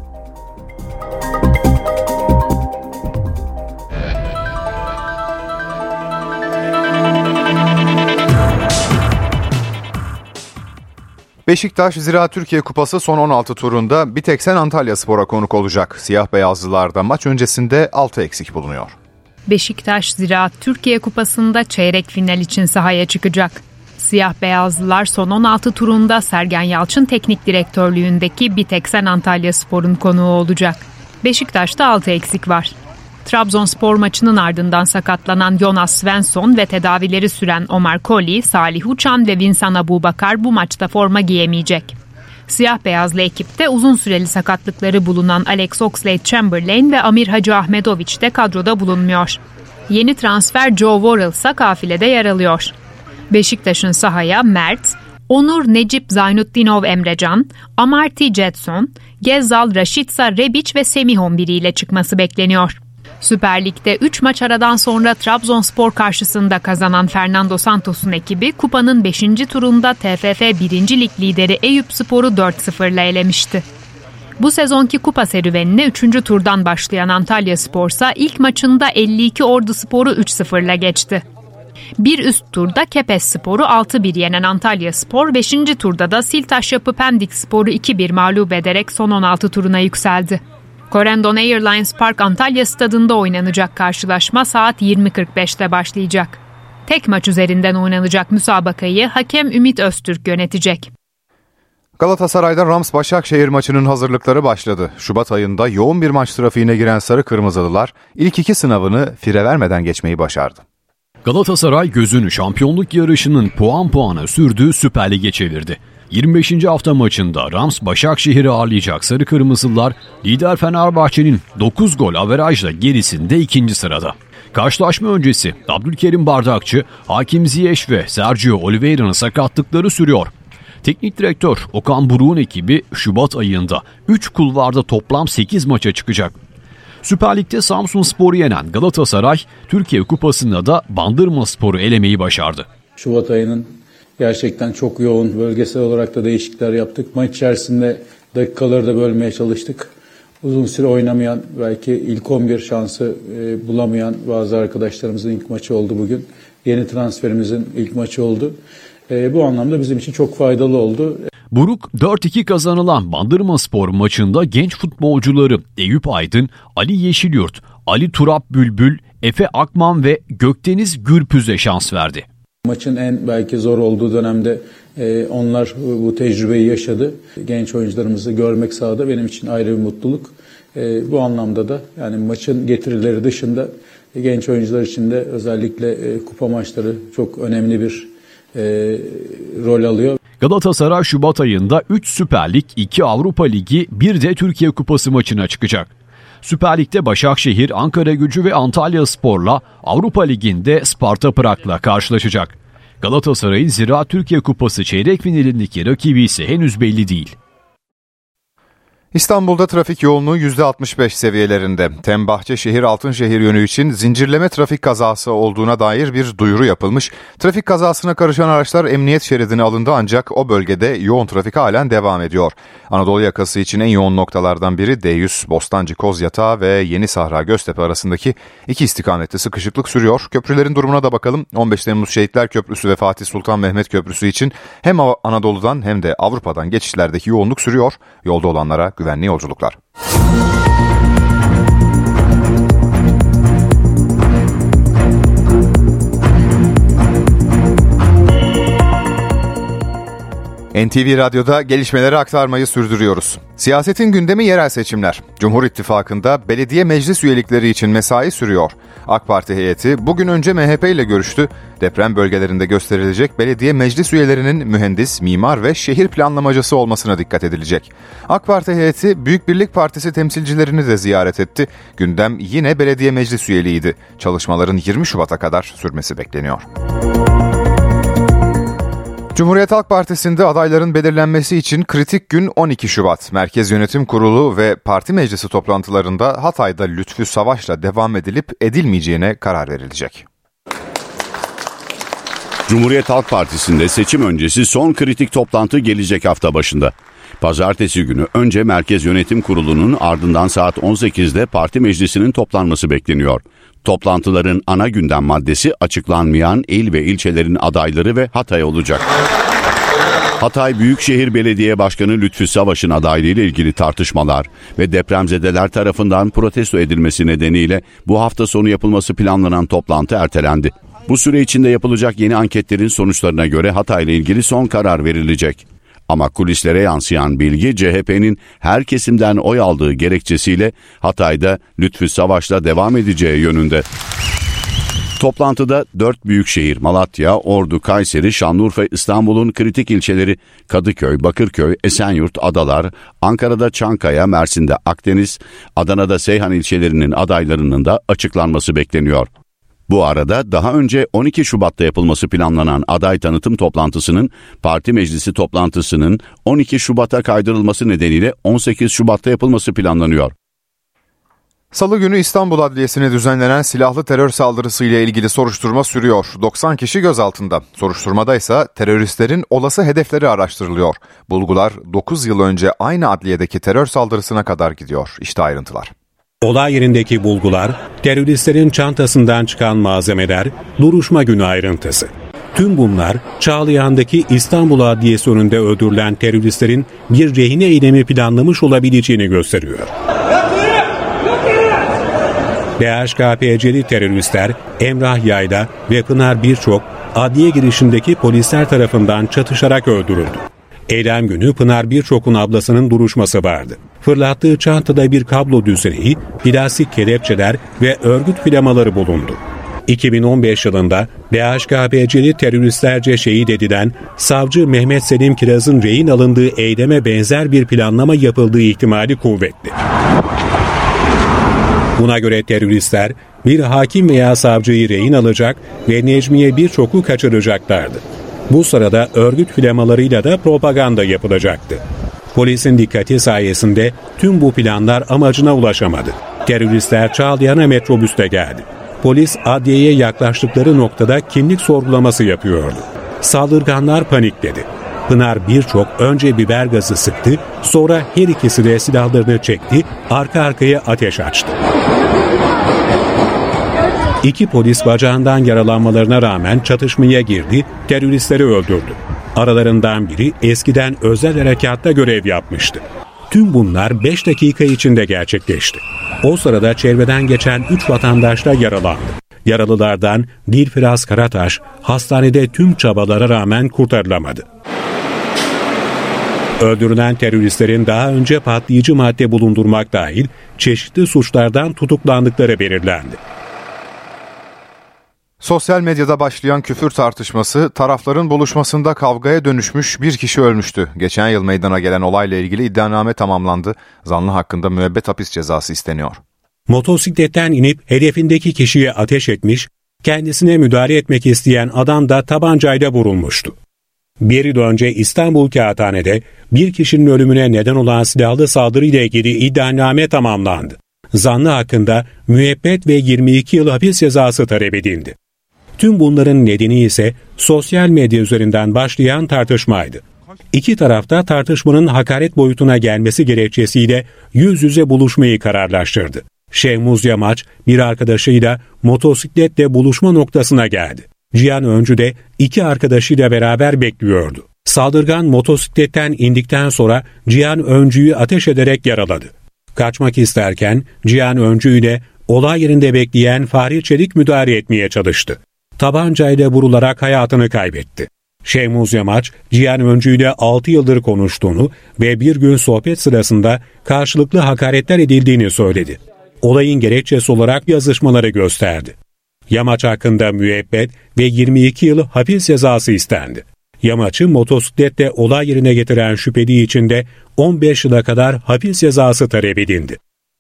Beşiktaş Ziraat Türkiye Kupası son 16 turunda bir tek sen Antalyaspor'a konuk olacak. Siyah beyazlılarda maç öncesinde 6 eksik bulunuyor. Beşiktaş Ziraat Türkiye Kupası'nda çeyrek final için sahaya çıkacak. Siyah beyazlılar son 16 turunda Sergen Yalçın teknik direktörlüğündeki bir tek sen Antalyaspor'un konuğu olacak. Beşiktaş'ta 6 eksik var. Trabzonspor maçının ardından sakatlanan Jonas Svensson ve tedavileri süren Omar Colley, Salih Uçan ve Vincent Aboubakar bu maçta forma giyemeyecek. Siyah beyazlı ekipte uzun süreli sakatlıkları bulunan Alex Oxlade-Chamberlain ve Amir Hacı Ahmetoviç de kadroda bulunmuyor. Yeni transfer Joe Worrell ise kafilede yer alıyor. Beşiktaş'ın sahaya Mert, Onur Necip Zaynutdinov Emrecan, Amartey Jetson, Gezzal Rashica Rebic ve Semih 11 ile çıkması bekleniyor. Süper Lig'de 3 maç aradan sonra Trabzonspor karşısında kazanan Fernando Santos'un ekibi kupanın 5. turunda TFF 1. Lig lideri Eyüpspor'u 4-0 ile elemişti. Bu sezonki kupa serüvenine 3. turdan başlayan Antalyaspor ise ilk maçında 52 Orduspor'u 3-0 ile geçti. Bir üst turda Kepezspor'u 6-1 yenen Antalyaspor 5. turda da Siltaşyapı Pendikspor'u 2-1 mağlup ederek son 16 turuna yükseldi. Corendon Airlines Park Antalya Stadında oynanacak karşılaşma saat 20.45'te başlayacak. Tek maç üzerinden oynanacak müsabakayı hakem Ümit Öztürk yönetecek. Galatasaray'da Rams Başakşehir maçının hazırlıkları başladı. Şubat ayında yoğun bir maç trafiğine giren Sarı Kırmızılılar ilk 2 sınavını fire vermeden geçmeyi başardı. Galatasaray gözünü şampiyonluk yarışının puan puana sürdüğü Süper Lig'e çevirdi. 25. hafta maçında Rams Başakşehir'i ağırlayacak Sarı Kırmızılar lider Fenerbahçe'nin 9 gol averajla gerisinde 2. sırada. Karşılaşma öncesi Abdülkerim Bardakçı, Hakim Ziyech ve Sergio Oliveira'nın sakatlıkları sürüyor. Teknik direktör Okan Buruk'un ekibi Şubat ayında 3 kulvarda toplam 8 maça çıkacak. Süper Lig'de Samsunspor'u yenen Galatasaray, Türkiye Kupası'nda da Bandırmaspor'u elemeyi başardı. Şubat ayının gerçekten çok yoğun, bölgesel olarak da değişiklikler yaptık. Maç içerisinde dakikaları da bölmeye çalıştık. Uzun süre oynamayan, belki ilk 11 şansı bulamayan bazı arkadaşlarımızın ilk maçı oldu bugün. Yeni transferimizin ilk maçı oldu. Bu anlamda bizim için çok faydalı oldu. Buruk 4-2 kazanılan Bandırmaspor maçında genç futbolcuları Eyüp Aydın, Ali Yeşilyurt, Ali Turap Bülbül, Efe Akman ve Gökdeniz Gürpüz'e şans verdi. Maçın en belki zor olduğu dönemde onlar bu tecrübeyi yaşadı. Genç oyuncularımızı görmek sahada benim için ayrı bir mutluluk. Bu anlamda da yani maçın getirileri dışında genç oyuncular için de özellikle kupa maçları çok önemli bir rol alıyor. Galatasaray Şubat ayında 3 Süper Lig, 2 Avrupa Ligi, 1 de Türkiye Kupası maçına çıkacak. Süper Lig'de Başakşehir, Ankaragücü ve Antalyaspor'la, Avrupa Ligi'nde Sparta Prag'la karşılaşacak. Galatasaray'ın Ziraat Türkiye Kupası çeyrek finalindeki rakibi ise henüz belli değil. İstanbul'da trafik yoğunluğu %65 seviyelerinde. Bahçeşehir Altınşehir yönü için zincirleme trafik kazası olduğuna dair bir duyuru yapılmış. Trafik kazasına karışan araçlar emniyet şeridine alındı ancak o bölgede yoğun trafik halen devam ediyor. Anadolu yakası için en yoğun noktalardan biri D100 Bostancı Kozyatağı ve Yeni Sahra Göztepe arasındaki 2 istikamette sıkışıklık sürüyor. Köprülerin durumuna da bakalım. 15 Temmuz Şehitler Köprüsü ve Fatih Sultan Mehmet Köprüsü için hem Anadolu'dan hem de Avrupa'dan geçişlerdeki yoğunluk sürüyor. Yolda olanlara güvenli yolculuklar. NTV Radyo'da gelişmeleri aktarmayı sürdürüyoruz. Siyasetin gündemi yerel seçimler. Cumhur İttifakı'nda belediye meclis üyelikleri için mesai sürüyor. AK Parti heyeti bugün önce MHP ile görüştü. Deprem bölgelerinde gösterilecek belediye meclis üyelerinin mühendis, mimar ve şehir planlamacısı olmasına dikkat edilecek. AK Parti heyeti Büyük Birlik Partisi temsilcilerini de ziyaret etti. Gündem yine belediye meclis üyeliğiydi. Çalışmaların 20 Şubat'a kadar sürmesi bekleniyor. Cumhuriyet Halk Partisi'nde adayların belirlenmesi için kritik gün 12 Şubat. Merkez Yönetim Kurulu ve Parti Meclisi toplantılarında Hatay'da Lütfü Savaş'la devam edilip edilmeyeceğine karar verilecek. Cumhuriyet Halk Partisi'nde seçim öncesi son kritik toplantı gelecek hafta başında. Pazartesi günü önce Merkez Yönetim Kurulu'nun ardından saat 18'de Parti Meclisi'nin toplanması bekleniyor. Toplantıların ana gündem maddesi açıklanmayan il ve ilçelerin adayları ve Hatay olacak. Hatay Büyükşehir Belediye Başkanı Lütfü Savaş'ın adaylığı ile ilgili tartışmalar ve depremzedeler tarafından protesto edilmesi nedeniyle bu hafta sonu yapılması planlanan toplantı ertelendi. Bu süre içinde yapılacak yeni anketlerin sonuçlarına göre Hatay ile ilgili son karar verilecek. Ama kulislere yansıyan bilgi CHP'nin her kesimden oy aldığı gerekçesiyle Hatay'da Lütfü Savaş'la devam edeceği yönünde. Toplantıda 4 büyükşehir Malatya, Ordu, Kayseri, Şanlıurfa, İstanbul'un kritik ilçeleri Kadıköy, Bakırköy, Esenyurt, Adalar, Ankara'da Çankaya, Mersin'de Akdeniz, Adana'da Seyhan ilçelerinin adaylarının da açıklanması bekleniyor. Bu arada daha önce 12 Şubat'ta yapılması planlanan aday tanıtım toplantısının Parti Meclisi toplantısının 12 Şubat'a kaydırılması nedeniyle 18 Şubat'ta yapılması planlanıyor. Salı günü İstanbul Adliyesi'ne düzenlenen silahlı terör saldırısı ile ilgili soruşturma sürüyor. 90 kişi gözaltında. Soruşturmada ise teröristlerin olası hedefleri araştırılıyor. Bulgular 9 yıl önce aynı adliyedeki terör saldırısına kadar gidiyor. İşte ayrıntılar. Olay yerindeki bulgular, teröristlerin çantasından çıkan malzemeler, duruşma günü ayrıntısı. Tüm bunlar Çağlayan'daki İstanbul Adliyesi önünde öldürülen teröristlerin bir rehine eylemi planlamış olabileceğini gösteriyor. DHKPC'li teröristler Emrah Yayla ve Pınar Birçok adliye girişindeki polisler tarafından çatışarak öldürüldü. Eylem günü Pınar Birçok'un ablasının duruşması vardı. Fırlattığı çantada bir kablo düzeneği, plastik kelepçeler ve örgüt flamaları bulundu. 2015 yılında DHKPC'li teröristlerce şehit edilen savcı Mehmet Selim Kiraz'ın rehin alındığı eyleme benzer bir planlama yapıldığı ihtimali kuvvetli. Buna göre teröristler bir hakim veya savcıyı rehin alacak ve Necmiye Birçok'u kaçıracaklardı. Bu sırada örgüt flamalarıyla da propaganda yapılacaktı. Polisin dikkati sayesinde tüm bu planlar amacına ulaşamadı. Teröristler Çağlayan'a metrobüste geldi. Polis adliyeye yaklaştıkları noktada kimlik sorgulaması yapıyordu. Saldırganlar panikledi. Pınar Birçok önce biber gazı sıktı, sonra her ikisi de silahlarını çekti, arka arkaya ateş açtı. İki polis bacağından yaralanmalarına rağmen çatışmaya girdi, teröristleri öldürdü. Aralarından biri eskiden özel harekatta görev yapmıştı. Tüm bunlar 5 dakika içinde gerçekleşti. O sırada çevreden geçen 3 vatandaş da yaralandı. Yaralılardan Dilfiraz Karataş hastanede tüm çabalara rağmen kurtarılamadı. Öldürülen teröristlerin daha önce patlayıcı madde bulundurmak dahil çeşitli suçlardan tutuklandıkları belirlendi. Sosyal medyada başlayan küfür tartışması tarafların buluşmasında kavgaya dönüşmüş, bir kişi ölmüştü. Geçen yıl meydana gelen olayla ilgili iddianame tamamlandı. Zanlı hakkında müebbet hapis cezası isteniyor. Motosikletten inip hedefindeki kişiye ateş etmiş, kendisine müdahale etmek isteyen adam da tabancayla vurulmuştu. Bir yıl önce İstanbul Kağıthane'de bir kişinin ölümüne neden olan silahlı saldırıyla ilgili iddianame tamamlandı. Zanlı hakkında müebbet ve 22 yıl hapis cezası talep edildi. Tüm bunların nedeni ise sosyal medya üzerinden başlayan tartışmaydı. İki tarafta tartışmanın hakaret boyutuna gelmesi gerekçesiyle yüz yüze buluşmayı kararlaştırdı. Şehmuz Yamaç bir arkadaşıyla motosikletle buluşma noktasına geldi. Cihan Öncü de iki arkadaşıyla beraber bekliyordu. Saldırgan motosikletten indikten sonra Cihan Öncü'yü ateş ederek yaraladı. Kaçmak isterken Cihan Öncü ile olay yerinde bekleyen Fahri Çelik müdahale etmeye çalıştı. Tabancayla vurularak hayatını kaybetti. Şehmuz Yamaç, Cihan Öncü ile 6 yıldır konuştuğunu ve bir gün sohbet sırasında karşılıklı hakaretler edildiğini söyledi. Olayın gerekçesi olarak yazışmaları gösterdi. Yamaç hakkında müebbet ve 22 yıl hapis cezası istendi. Yamaç'ı motosikletle olay yerine getiren şüpheli için de 15 yıla kadar hapis cezası talep edildi.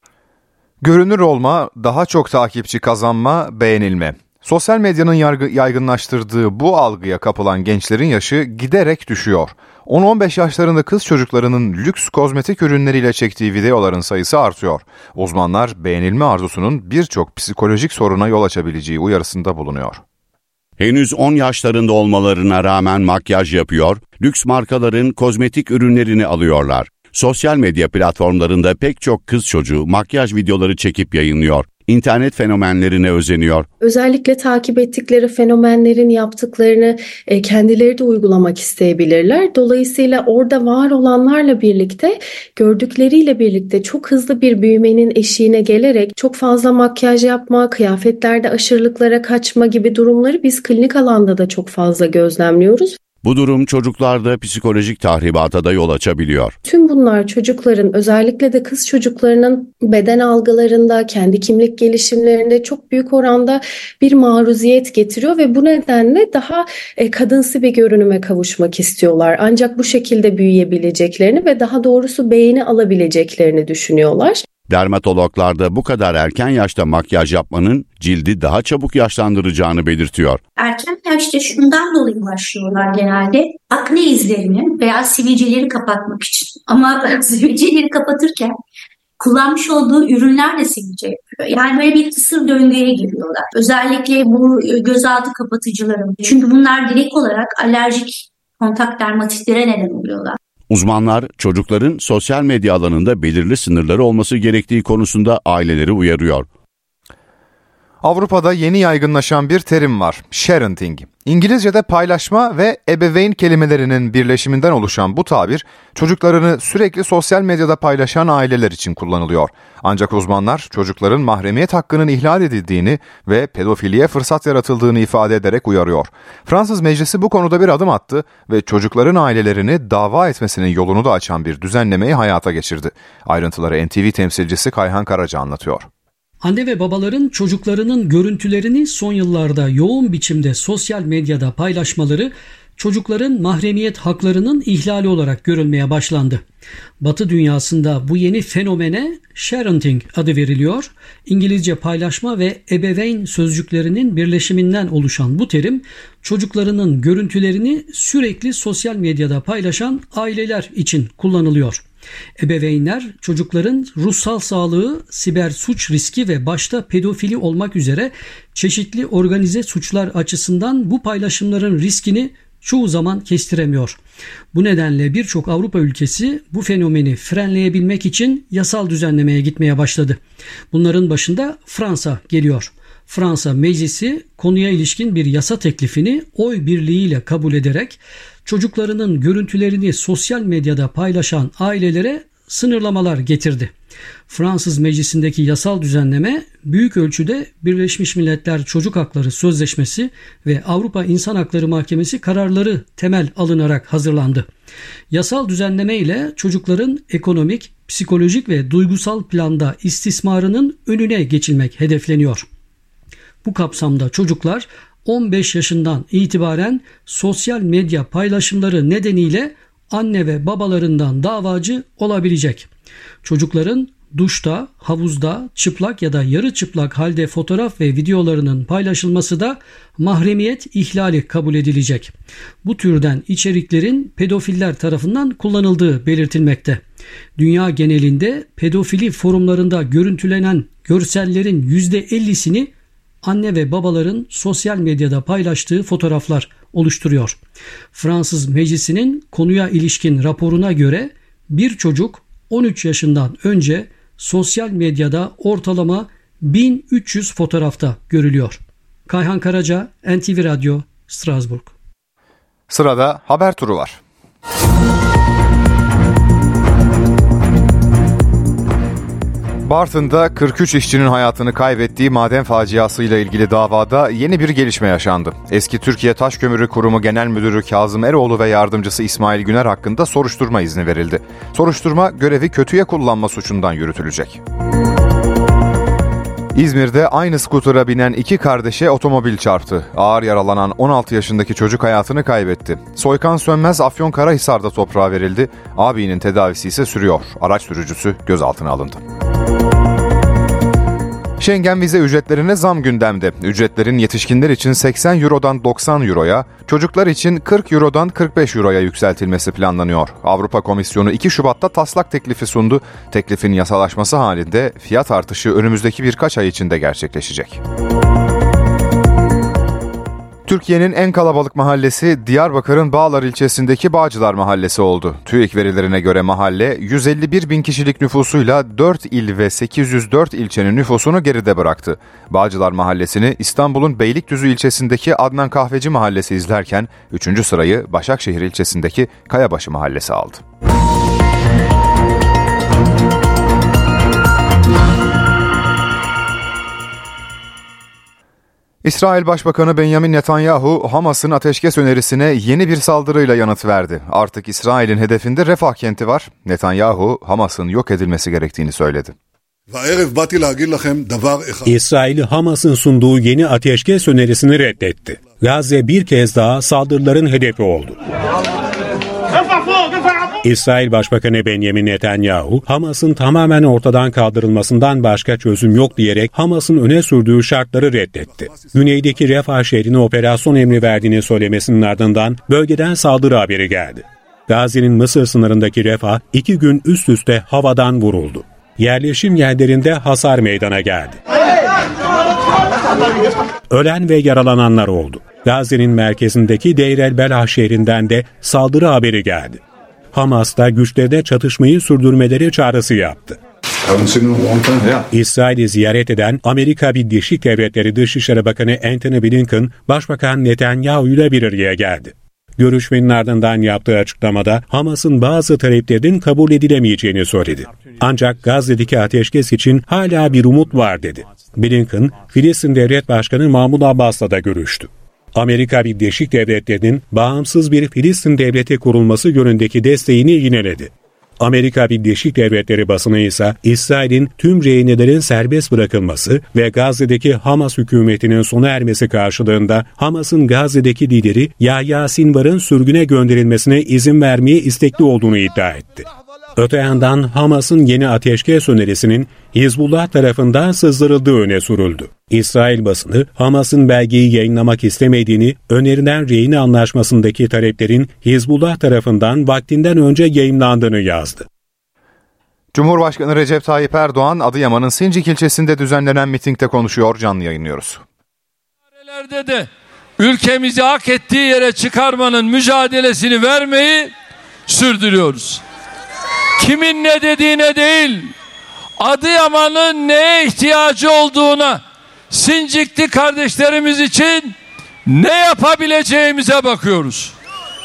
Görünür olma, daha çok takipçi kazanma, beğenilme. Sosyal medyanın yaygınlaştırdığı bu algıya kapılan gençlerin yaşı giderek düşüyor. 10-15 yaşlarında kız çocuklarının lüks kozmetik ürünleriyle çektiği videoların sayısı artıyor. Uzmanlar beğenilme arzusunun birçok psikolojik soruna yol açabileceği uyarısında bulunuyor. Henüz 10 yaşlarında olmalarına rağmen makyaj yapıyor, lüks markaların kozmetik ürünlerini alıyorlar. Sosyal medya platformlarında pek çok kız çocuğu makyaj videoları çekip yayınlıyor. İnternet fenomenlerine özeniyor. Özellikle takip ettikleri fenomenlerin yaptıklarını kendileri de uygulamak isteyebilirler. Dolayısıyla orada var olanlarla birlikte, gördükleriyle birlikte çok hızlı bir büyümenin eşiğine gelerek çok fazla makyaj yapma, kıyafetlerde aşırılıklara kaçma gibi durumları biz klinik alanda da çok fazla gözlemliyoruz. Bu durum çocuklarda psikolojik tahribata da yol açabiliyor. Tüm bunlar çocukların, özellikle de kız çocuklarının beden algılarında, kendi kimlik gelişimlerinde çok büyük oranda bir maruziyet getiriyor ve bu nedenle daha kadınsı bir görünüme kavuşmak istiyorlar. Ancak bu şekilde büyüyebileceklerini ve daha doğrusu beğeni alabileceklerini düşünüyorlar. Dermatologlar da bu kadar erken yaşta makyaj yapmanın cildi daha çabuk yaşlandıracağını belirtiyor. Erken yaşta şundan dolayı başlıyorlar genelde. Akne izlerini veya sivilceleri kapatmak için. Ama sivilceleri kapatırken kullanmış olduğu ürünler de sivilce yapıyor. Yani böyle bir kısır döngüye giriyorlar. Özellikle bu gözaltı kapatıcıların. Çünkü bunlar direkt olarak alerjik kontak dermatitlere neden oluyorlar. Uzmanlar çocukların sosyal medya alanında belirli sınırları olması gerektiği konusunda aileleri uyarıyor. Avrupa'da yeni yaygınlaşan bir terim var, sharenting. İngilizce'de paylaşma ve ebeveyn kelimelerinin birleşiminden oluşan bu tabir, çocuklarını sürekli sosyal medyada paylaşan aileler için kullanılıyor. Ancak uzmanlar çocukların mahremiyet hakkının ihlal edildiğini ve pedofiliye fırsat yaratıldığını ifade ederek uyarıyor. Fransız Meclisi bu konuda bir adım attı ve çocukların ailelerini dava etmesinin yolunu da açan bir düzenlemeyi hayata geçirdi. Ayrıntıları NTV temsilcisi Kayhan Karaca anlatıyor. Anne ve babaların çocuklarının görüntülerini son yıllarda yoğun biçimde sosyal medyada paylaşmaları çocukların mahremiyet haklarının ihlali olarak görülmeye başlandı. Batı dünyasında bu yeni fenomene sharenting adı veriliyor. İngilizce paylaşma ve ebeveyn sözcüklerinin birleşiminden oluşan bu terim çocuklarının görüntülerini sürekli sosyal medyada paylaşan aileler için kullanılıyor. Ebeveynler çocukların ruhsal sağlığı, siber suç riski ve başta pedofili olmak üzere çeşitli organize suçlar açısından bu paylaşımların riskini çoğu zaman kestiremiyor. Bu nedenle birçok Avrupa ülkesi bu fenomeni frenleyebilmek için yasal düzenlemeye gitmeye başladı. Bunların başında Fransa geliyor. Fransa Meclisi konuya ilişkin bir yasa teklifini oy birliğiyle kabul ederek çocuklarının görüntülerini sosyal medyada paylaşan ailelere sınırlamalar getirdi. Fransız Meclisi'ndeki yasal düzenleme büyük ölçüde Birleşmiş Milletler Çocuk Hakları Sözleşmesi ve Avrupa İnsan Hakları Mahkemesi kararları temel alınarak hazırlandı. Yasal düzenleme ile çocukların ekonomik, psikolojik ve duygusal planda istismarının önüne geçilmek hedefleniyor. Bu kapsamda çocuklar 15 yaşından itibaren sosyal medya paylaşımları nedeniyle anne ve babalarından davacı olabilecek. Çocukların duşta, havuzda, çıplak ya da yarı çıplak halde fotoğraf ve videolarının paylaşılması da mahremiyet ihlali kabul edilecek. Bu türden içeriklerin pedofiller tarafından kullanıldığı belirtilmekte. Dünya genelinde pedofili forumlarında görüntülenen görsellerin %50'sini anne ve babaların sosyal medyada paylaştığı fotoğraflar oluşturuyor. Fransız Meclisi'nin konuya ilişkin raporuna göre bir çocuk 13 yaşından önce sosyal medyada ortalama 1300 fotoğrafta görülüyor. Kayhan Karaca, NTV Radyo, Strasbourg. Sırada haber turu var. Bartın'da 43 işçinin hayatını kaybettiği maden faciasıyla ilgili davada yeni bir gelişme yaşandı. Eski Türkiye Taş Kömürü Kurumu Genel Müdürü Kazım Eroğlu ve yardımcısı İsmail Güner hakkında soruşturma izni verildi. Soruşturma görevi kötüye kullanma suçundan yürütülecek. İzmir'de aynı skutura binen iki kardeşe otomobil çarptı. Ağır yaralanan 16 yaşındaki çocuk hayatını kaybetti. Soykan Sönmez Afyonkarahisar'da toprağa verildi. Abinin tedavisi ise sürüyor. Araç sürücüsü gözaltına alındı. Schengen vize ücretlerine zam gündemde. Ücretlerin yetişkinler için 80 Euro'dan 90 Euro'ya, çocuklar için 40 Euro'dan 45 Euro'ya yükseltilmesi planlanıyor. Avrupa Komisyonu 2 Şubat'ta taslak teklifi sundu. Teklifin yasalaşması halinde fiyat artışı önümüzdeki birkaç ay içinde gerçekleşecek. Türkiye'nin en kalabalık mahallesi Diyarbakır'ın Bağlar ilçesindeki Bağcılar Mahallesi oldu. TÜİK verilerine göre mahalle 151 bin kişilik nüfusuyla 4 il ve 804 ilçenin nüfusunu geride bıraktı. Bağcılar Mahallesi'ni İstanbul'un Beylikdüzü ilçesindeki Adnan Kahveci Mahallesi izlerken 3. sırayı Başakşehir ilçesindeki Kayabaşı Mahallesi aldı. İsrail Başbakanı Benjamin Netanyahu, Hamas'ın ateşkes önerisine yeni bir saldırıyla yanıt verdi. Artık İsrail'in hedefinde Refah kenti var. Netanyahu, Hamas'ın yok edilmesi gerektiğini söyledi. İsrail, Hamas'ın sunduğu yeni ateşkes önerisini reddetti. Gazze bir kez daha saldırıların hedefi oldu. İsrail Başbakanı Benjamin Netanyahu, Hamas'ın tamamen ortadan kaldırılmasından başka çözüm yok diyerek Hamas'ın öne sürdüğü şartları reddetti. Güneydeki Refah şehrine operasyon emri verdiğini söylemesinin ardından bölgeden saldırı haberi geldi. Gazze'nin Mısır sınırındaki Refah 2 gün üst üste havadan vuruldu. Yerleşim yerlerinde hasar meydana geldi. Ölen ve yaralananlar oldu. Gazze'nin merkezindeki Deir el-Belah şehrinden de saldırı haberi geldi. Hamas da güçlerine çatışmayı sürdürmeleri çağrısı yaptı. İsrail'i ziyaret eden Amerika Birleşik Devletleri Dışişleri Bakanı Antony Blinken, Başbakan Netanyahu ile bir araya geldi. Görüşmenin ardından yaptığı açıklamada Hamas'ın bazı taleplerinin kabul edilemeyeceğini söyledi. Ancak Gazze'deki ateşkes için hala bir umut var dedi. Blinken, Filistin Devlet Başkanı Mahmud Abbas'la da görüştü. Amerika Birleşik Devletleri'nin bağımsız bir Filistin devleti kurulması yönündeki desteğini yineledi. Amerika Birleşik Devletleri basını ise İsrail'in tüm rehinelerin serbest bırakılması ve Gazze'deki Hamas hükümetinin sona ermesi karşılığında Hamas'ın Gazze'deki lideri Yahya Sinvar'ın sürgüne gönderilmesine izin vermeye istekli olduğunu iddia etti. Öte yandan Hamas'ın yeni ateşkes önerisinin Hizbullah tarafından sızdırıldığı öne sürüldü. İsrail basını Hamas'ın belgeyi yayınlamak istemediğini, önerilen rehin anlaşmasındaki taleplerin Hizbullah tarafından vaktinden önce yayımlandığını yazdı. Cumhurbaşkanı Recep Tayyip Erdoğan, Adıyaman'ın Sincik ilçesinde düzenlenen mitingde konuşuyor, canlı yayınlıyoruz. De ülkemizi hak ettiği yere çıkarmanın mücadelesini vermeyi sürdürüyoruz. Kimin ne dediğine değil, Adıyaman'ın neye ihtiyacı olduğuna, Sincikli kardeşlerimiz için ne yapabileceğimize bakıyoruz.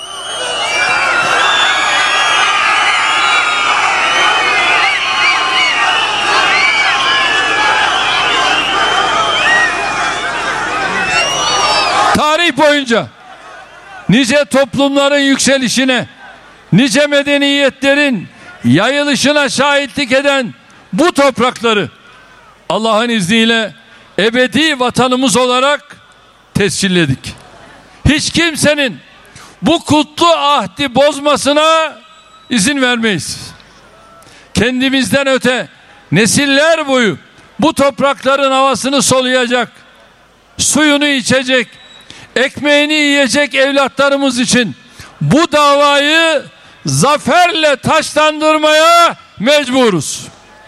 Tarih boyunca nice toplumların yükselişine, nice medeniyetlerin yayılışına şahitlik eden bu toprakları Allah'ın izniyle ebedi vatanımız olarak tescilledik. Hiç kimsenin bu kutlu ahdi bozmasına izin vermeyiz. Kendimizden öte nesiller boyu bu toprakların havasını soluyacak, suyunu içecek, ekmeğini yiyecek evlatlarımız için bu davayı zaferle taçlandırmaya mecburuz.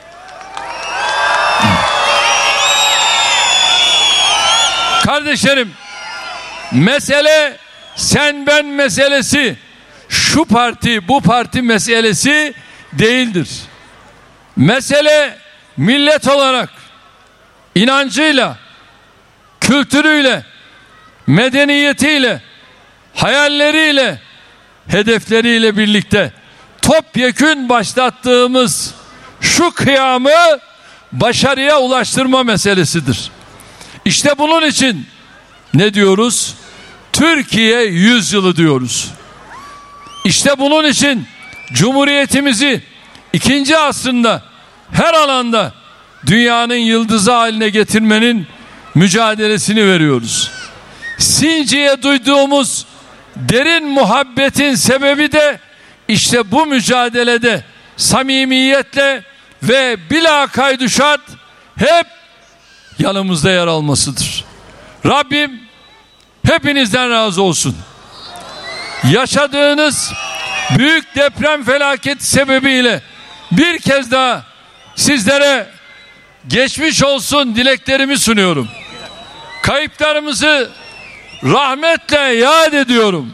Kardeşlerim, mesele sen ben meselesi, şu parti bu parti meselesi değildir. Mesele millet olarak inancıyla, kültürüyle, medeniyetiyle, hayalleriyle, hedefleriyle birlikte topyekün başlattığımız şu kıyamı başarıya ulaştırma meselesidir. İşte bunun için ne diyoruz? Türkiye 100 yılı diyoruz. İşte bunun için Cumhuriyetimizi 2. asrında her alanda dünyanın yıldızı haline getirmenin mücadelesini veriyoruz. Sincik'e duyduğumuz derin muhabbetin sebebi de işte bu mücadelede samimiyetle ve bila kaydu şart hep yanımızda yer almasıdır. Rabbim hepinizden razı olsun. Yaşadığınız büyük deprem felaketi sebebiyle bir kez daha sizlere geçmiş olsun dileklerimi sunuyorum. Kayıplarımızı rahmetle yad ediyorum.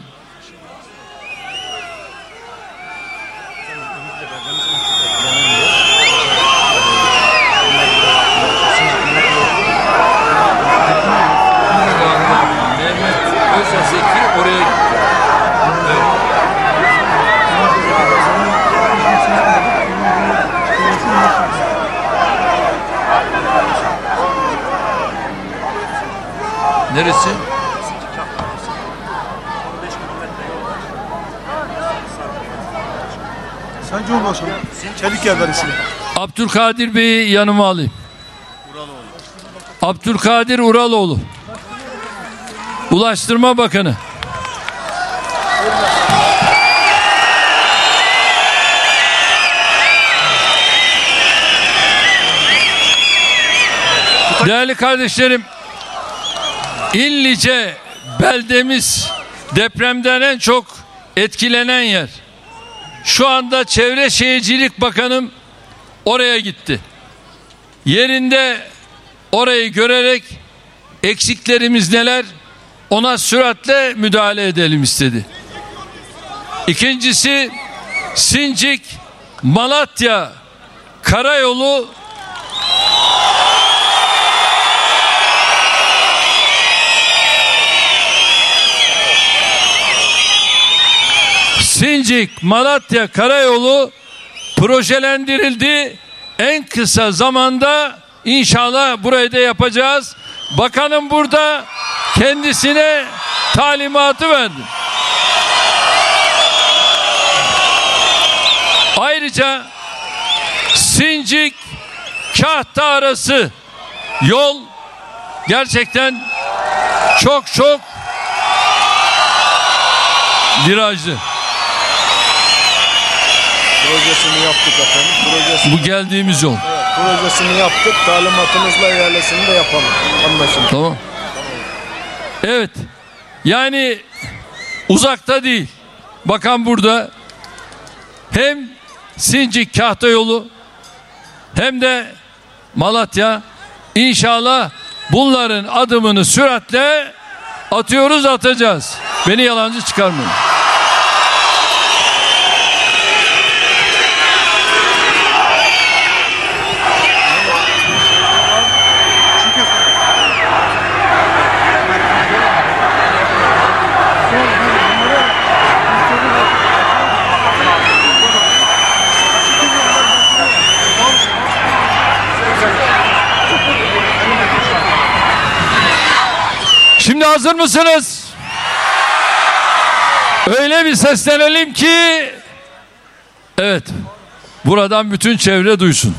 Neresi? Sen Cumhurbaşkanı. Çelik Belediyesi. Abdülkadir Bey'i yanıma alayım. Abdülkadir Uraloğlu. Ulaştırma Bakanı. Değerli kardeşlerim, İllice beldemiz depremden en çok etkilenen yer. Şu anda Çevre Şehircilik Bakanım oraya gitti. Yerinde orayı görerek eksiklerimiz neler, ona süratle müdahale edelim istedi. İkincisi, Sincik Malatya karayolu Malatya karayolu projelendirildi. En kısa zamanda inşallah burayı da yapacağız. Bakanım burada, kendisine talimatı verdim. Ayrıca Sincik Kahta arası yol gerçekten çok virajlı. Projesini yaptık efendim. Bu geldiğimiz yol. Evet, projesini yaptık. Talimatınızla ihalesini de yapalım. Anlaşıldı. Tamam. Evet. Yani uzakta değil. Bakan burada. Hem Sincik Kahta yolu hem de Malatya, İnşallah bunların adımını süratle atacağız. Beni yalancı çıkarmayın. Şimdi hazır mısınız? Öyle bir seslenelim ki, evet, buradan bütün çevre duysun.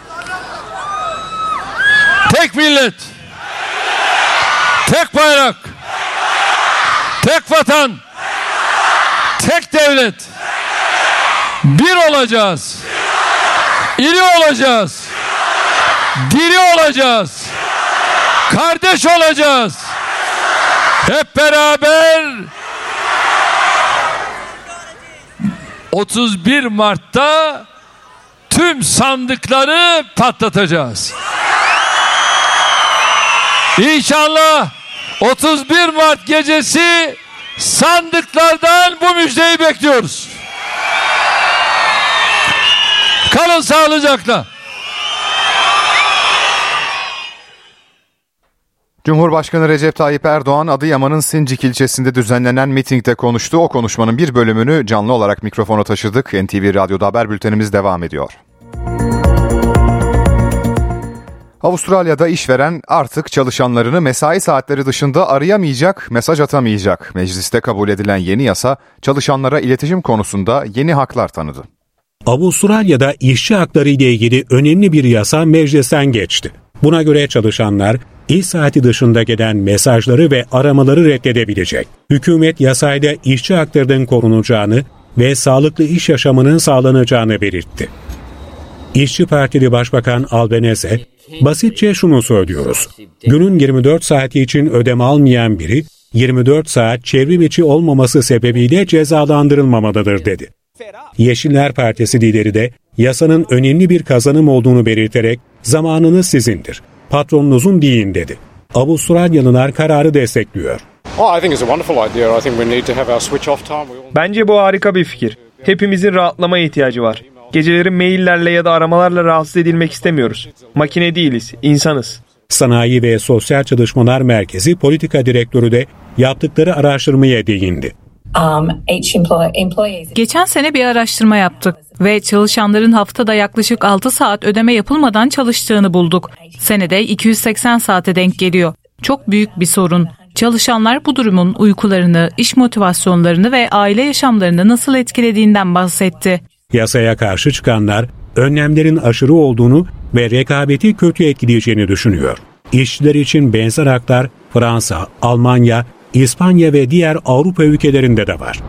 Tek millet, tek bayrak, tek vatan, tek devlet. Bir olacağız, iri olacağız, diri olacağız, kardeş olacağız. Hep beraber 31 Mart'ta tüm sandıkları patlatacağız. İnşallah 31 Mart gecesi sandıklardan bu müjdeyi bekliyoruz. Kalın sağlıcakla. Cumhurbaşkanı Recep Tayyip Erdoğan, Adıyaman'ın Sincik ilçesinde düzenlenen mitingde konuştu. O konuşmanın bir bölümünü canlı olarak mikrofona taşıdık. NTV Radyo'da haber bültenimiz devam ediyor. Avustralya'da işveren artık çalışanlarını mesai saatleri dışında arayamayacak, mesaj atamayacak. Mecliste kabul edilen yeni yasa çalışanlara iletişim konusunda yeni haklar tanıdı. Avustralya'da işçi hakları ile ilgili önemli bir yasa meclisten geçti. Buna göre çalışanlar iş saati dışında gelen mesajları ve aramaları reddedebilecek. Hükümet yasayla işçi haklarının korunacağını ve sağlıklı iş yaşamının sağlanacağını belirtti. İşçi Partili Başbakan Albanese, basitçe şunu söylüyoruz: günün 24 saati için ödeme almayan biri, 24 saat çevrim içi olmaması sebebiyle cezalandırılmamalıdır dedi. Yeşiller Partisi lideri de yasanın önemli bir kazanım olduğunu belirterek zamanınız sizindir, patronunuzun değil dedi. Avustralyalılar kararı destekliyor. Bence bu harika bir fikir. Hepimizin rahatlamaya ihtiyacı var. Geceleri maillerle ya da aramalarla rahatsız edilmek istemiyoruz. Makine değiliz, insanız. Sanayi ve Sosyal Çalışmalar Merkezi Politika Direktörü de yaptıkları araştırmaya değindi. Geçen sene bir araştırma yaptık ve çalışanların haftada yaklaşık 6 saat ödeme yapılmadan çalıştığını bulduk. Senede 280 saate denk geliyor. Çok büyük bir sorun. Çalışanlar bu durumun uykularını, iş motivasyonlarını ve aile yaşamlarını nasıl etkilediğinden bahsetti. Yasaya karşı çıkanlar önlemlerin aşırı olduğunu ve rekabeti kötü etkileyeceğini düşünüyor. İşçiler için benzer haklar Fransa, Almanya, İspanya ve diğer Avrupa ülkelerinde de var.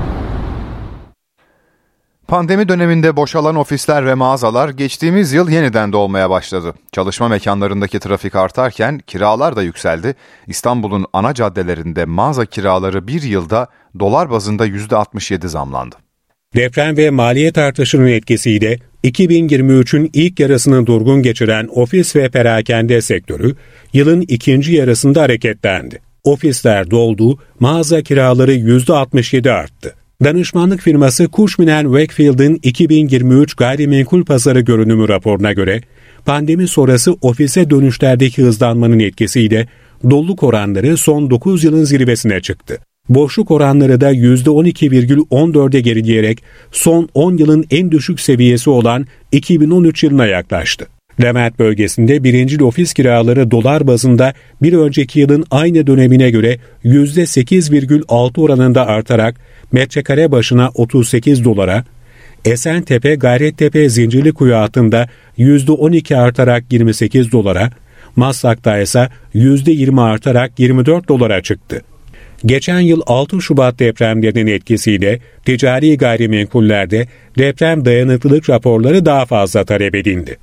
Pandemi döneminde boşalan ofisler ve mağazalar geçtiğimiz yıl yeniden dolmaya başladı. Çalışma mekanlarındaki trafik artarken kiralar da yükseldi. İstanbul'un ana caddelerinde mağaza kiraları bir yılda dolar bazında %67 zamlandı. Deprem ve maliyet artışının etkisiyle 2023'ün ilk yarısını durgun geçiren ofis ve perakende sektörü yılın ikinci yarısında hareketlendi. Ofisler doldu, mağaza kiraları %67 arttı. Danışmanlık firması Cushman & Wakefield'in 2023 gayrimenkul pazarı görünümü raporuna göre pandemi sonrası ofise dönüşlerdeki hızlanmanın etkisiyle doluluk oranları son 9 yılın zirvesine çıktı. Boşluk oranları da %12,14'e gerileyerek son 10 yılın en düşük seviyesi olan 2013 yılına yaklaştı. Levent bölgesinde birincil ofis kiraları dolar bazında bir önceki yılın aynı dönemine göre %8,6 oranında artarak metrekare başına 38 dolara, Esentepe, Gayrettepe, Zincirlikuyu hattında %12 artarak 28 dolara, Maslak'ta ise %20 artarak 24 dolara çıktı. Geçen yıl 6 Şubat depremlerinin etkisiyle ticari gayrimenkullerde deprem dayanıklılık raporları daha fazla talep edildi.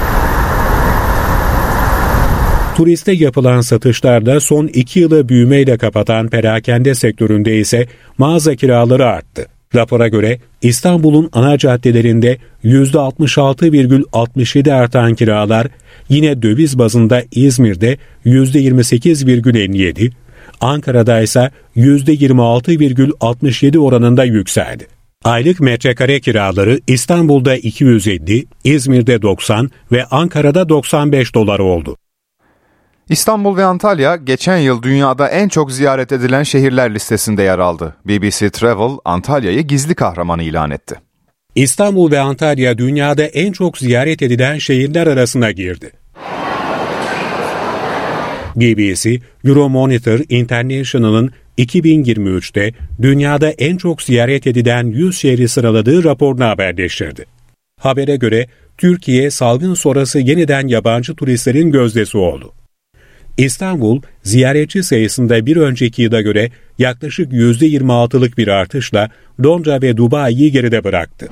Turiste yapılan satışlarda son 2 yılı büyümeyle kapatan perakende sektöründe ise mağaza kiraları arttı. Rapora göre İstanbul'un ana caddelerinde %66,67 artan kiralar, yine döviz bazında İzmir'de %28,57, Ankara'da ise %26,67 oranında yükseldi. Aylık metrekare kiraları İstanbul'da 250, İzmir'de 90 ve Ankara'da 95 dolar oldu. İstanbul ve Antalya geçen yıl dünyada en çok ziyaret edilen şehirler listesinde yer aldı. BBC Travel Antalya'yı gizli kahraman ilan etti. İstanbul ve Antalya dünyada en çok ziyaret edilen şehirler arasına girdi. BBC, Euromonitor International'ın 2023'te dünyada en çok ziyaret edilen 100 şehri sıraladığı raporunu haberleştirdi. Habere göre Türkiye salgın sonrası yeniden yabancı turistlerin gözdesi oldu. İstanbul, ziyaretçi sayısında bir önceki yıla göre yaklaşık %26'lık bir artışla Londra ve Dubai'yi geride bıraktı.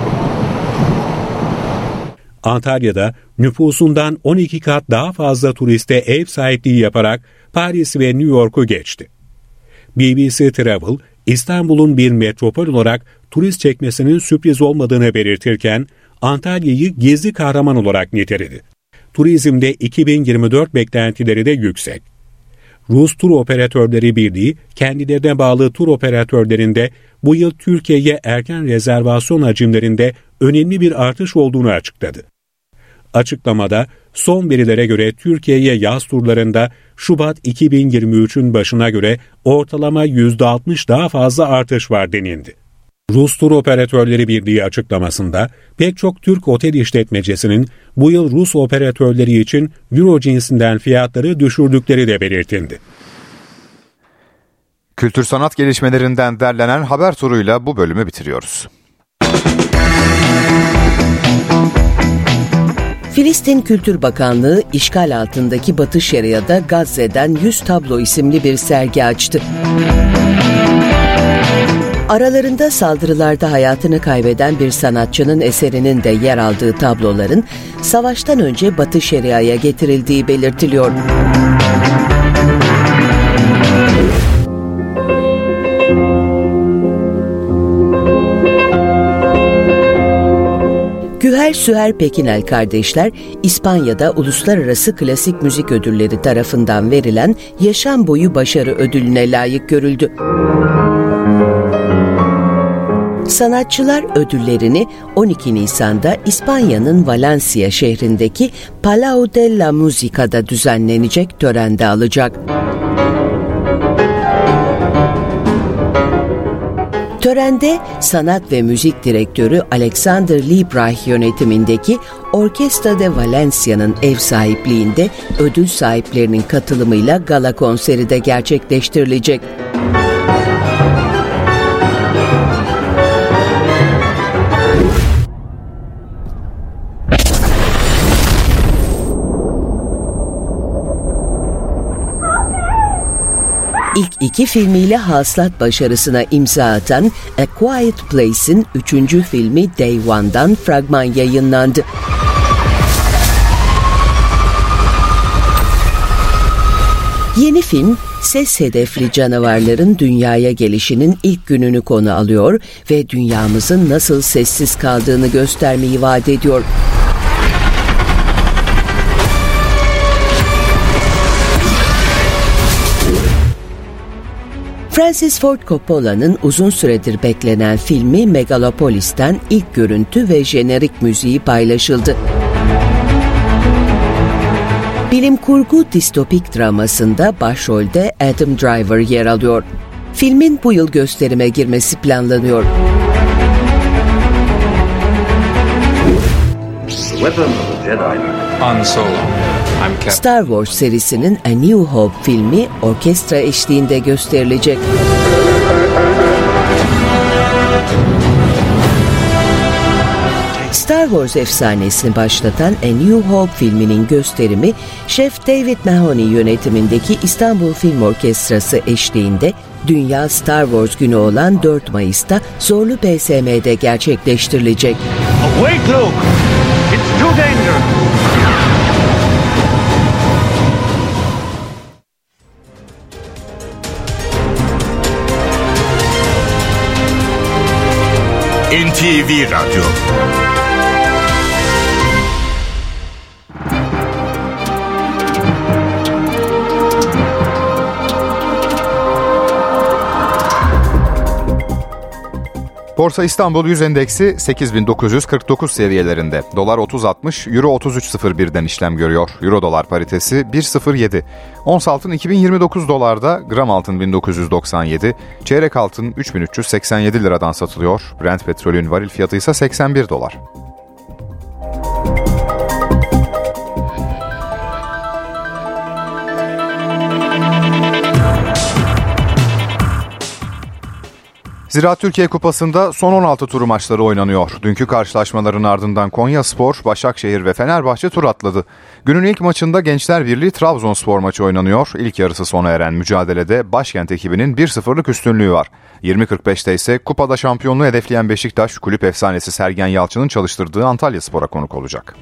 Antalya'da nüfusundan 12 kat daha fazla turiste ev sahipliği yaparak Paris ve New York'u geçti. BBC Travel, İstanbul'un bir metropol olarak turist çekmesinin sürpriz olmadığını belirtirken Antalya'yı gizli kahraman olarak niteledi. Turizmde 2024 beklentileri de yüksek. Rus Tur Operatörleri Birliği, kendilerine bağlı tur operatörlerinde bu yıl Türkiye'ye erken rezervasyon hacimlerinde önemli bir artış olduğunu açıkladı. Açıklamada son verilere göre Türkiye'ye yaz turlarında Şubat 2023'ün başına göre ortalama %60 daha fazla artış var denildi. Rus Tur Operatörleri Birliği açıklamasında pek çok Türk otel işletmecisinin bu yıl Rus operatörleri için Euro cinsinden fiyatları düşürdükleri de belirtildi. Kültür sanat gelişmelerinden derlenen haber turuyla bu bölümü bitiriyoruz. Filistin Kültür Bakanlığı işgal altındaki Batı Şeria'da Gazze'den 100 tablo isimli bir sergi açtı. Aralarında saldırılarda hayatını kaybeden bir sanatçının eserinin de yer aldığı tabloların savaştan önce Batı Şeria'ya getirildiği belirtiliyor. Güher Süher Pekinel kardeşler, İspanya'da Uluslararası Klasik Müzik Ödülleri tarafından verilen Yaşam Boyu Başarı Ödülüne layık görüldü. Sanatçılar ödüllerini 12 Nisan'da İspanya'nın Valencia şehrindeki Palau de la Musica'da düzenlenecek törende alacak. Törende sanat ve müzik direktörü Alexander Liebreich yönetimindeki Orkestra de Valencia'nın ev sahipliğinde ödül sahiplerinin katılımıyla gala konseri de gerçekleştirilecek. İlk 2 filmiyle hasılat başarısına imza atan A Quiet Place'in 3. filmi Day One'dan fragman yayınlandı. Yeni film ses hedefli canavarların dünyaya gelişinin ilk gününü konu alıyor ve dünyamızın nasıl sessiz kaldığını göstermeyi vaat ediyor. Francis Ford Coppola'nın uzun süredir beklenen filmi Megalopolis'ten ilk görüntü ve jenerik müziği paylaşıldı. Bilim kurgu distopik dramasında başrolde Adam Driver yer alıyor. Filmin bu yıl gösterime girmesi planlanıyor. Star Wars serisinin A New Hope filmi orkestra eşliğinde gösterilecek. Star Wars efsanesini başlatan A New Hope filminin gösterimi Şef David Mahoney yönetimindeki İstanbul Film Orkestrası eşliğinde Dünya Star Wars günü olan 4 Mayıs'ta Zorlu BSM'de gerçekleştirilecek. Awake, Luke! It's too dangerous! NTV Radyo. Borsa İstanbul Yüz Endeksi 8949 seviyelerinde. Dolar 30.60, Euro 33.01'den işlem görüyor. Euro dolar paritesi 1.07. Ons altın 2029 dolarda, gram altın 1997, çeyrek altın 3387 liradan satılıyor. Brent petrolün varil fiyatı ise 81 dolar. Ziraat Türkiye Kupası'nda son 16 turu maçları oynanıyor. Dünkü karşılaşmaların ardından Konyaspor, Başakşehir ve Fenerbahçe tur atladı. Günün ilk maçında Gençler Birliği Trabzonspor maçı oynanıyor. İlk yarısı sona eren mücadelede Başkent ekibinin 1-0'lık üstünlüğü var. 20.45'te ise kupada şampiyonluğu hedefleyen Beşiktaş, kulüp efsanesi Sergen Yalçın'ın çalıştırdığı Antalyaspor'a konuk olacak.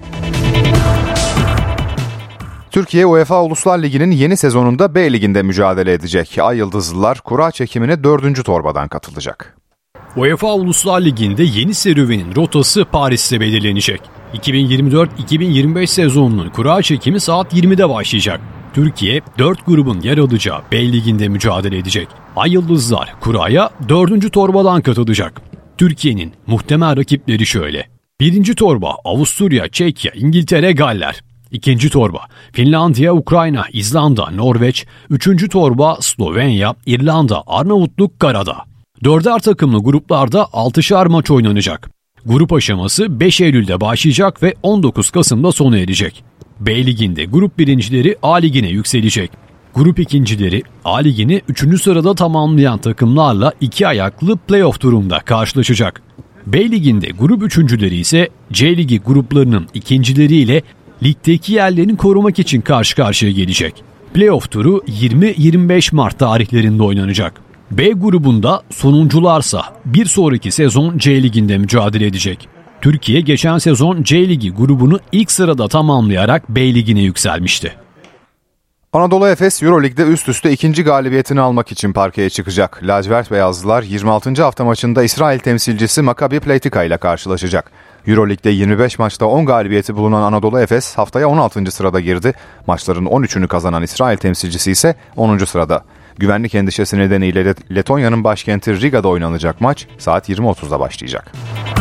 Türkiye UEFA Uluslar Ligi'nin yeni sezonunda B Ligi'nde mücadele edecek. Ay Yıldızlılar kura çekimine 4. torbadan katılacak. UEFA Uluslar Ligi'nde yeni serüvenin rotası Paris'te belirlenecek. 2024-2025 sezonunun kura çekimi saat 20'de başlayacak. Türkiye 4 grubun yer alacağı B Ligi'nde mücadele edecek. Ay Yıldızlar kuraya 4. torbadan katılacak. Türkiye'nin muhtemel rakipleri şöyle. 1. torba Avusturya, Çekya, İngiltere, Galler. 2. torba Finlandiya, Ukrayna, İzlanda, Norveç. 3. torba Slovenya, İrlanda, Arnavutluk, Karadağ. 4'er takımlı gruplarda 6'şar maç oynanacak. Grup aşaması 5 Eylül'de başlayacak ve 19 Kasım'da sona erecek. B Ligi'nde grup birincileri A Ligi'ne yükselecek. Grup ikincileri A Ligi'ni 3. sırada tamamlayan takımlarla 2 ayaklı playoff turunda karşılaşacak. B Ligi'nde grup üçüncüleri ise C Ligi gruplarının ikincileriyle ligdeki yerlerini korumak için karşı karşıya gelecek. Playoff turu 20-25 Mart tarihlerinde oynanacak. B grubunda sonuncularsa bir sonraki sezon C Ligi'nde mücadele edecek. Türkiye geçen sezon C Ligi grubunu ilk sırada tamamlayarak B Ligi'ne yükselmişti. Anadolu Efes Euroleague'de üst üste ikinci galibiyetini almak için parkeye çıkacak. Lacivert Beyazlılar 26. hafta maçında İsrail temsilcisi Maccabi Pleitika ile karşılaşacak. Euroleague'de 25 maçta 10 galibiyeti bulunan Anadolu Efes haftaya 16. sırada girdi. Maçların 13'ünü kazanan İsrail temsilcisi ise 10. sırada. Güvenlik endişesi nedeniyle Letonya'nın başkenti Riga'da oynanacak maç saat 20.30'da başlayacak.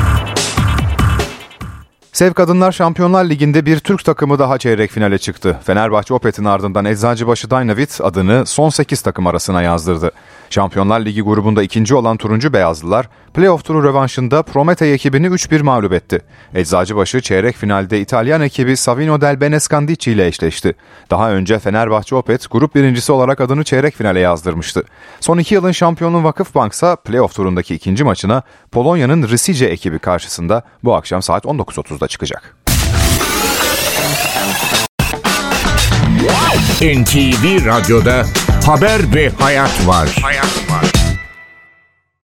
Sev Kadınlar Şampiyonlar Ligi'nde bir Türk takımı daha çeyrek finale çıktı. Fenerbahçe Opet'in ardından Eczacıbaşı Dynavit adını son 8 takım arasına yazdırdı. Şampiyonlar Ligi grubunda ikinci olan turuncu beyazlılar playoff turu rövanşında Prometei ekibini 3-1 mağlup etti. Eczacıbaşı çeyrek finalde İtalyan ekibi Savino del Bene Scandicci ile eşleşti. Daha önce Fenerbahçe Opet grup birincisi olarak adını çeyrek finale yazdırmıştı. Son 2 yılın şampiyonu Vakıfbank ise playoff turundaki ikinci maçına Polonya'nın Rysice ekibi karşısında bu akşam saat 19.30'da çıkacak. NTV Radyo'da haber ve hayat var.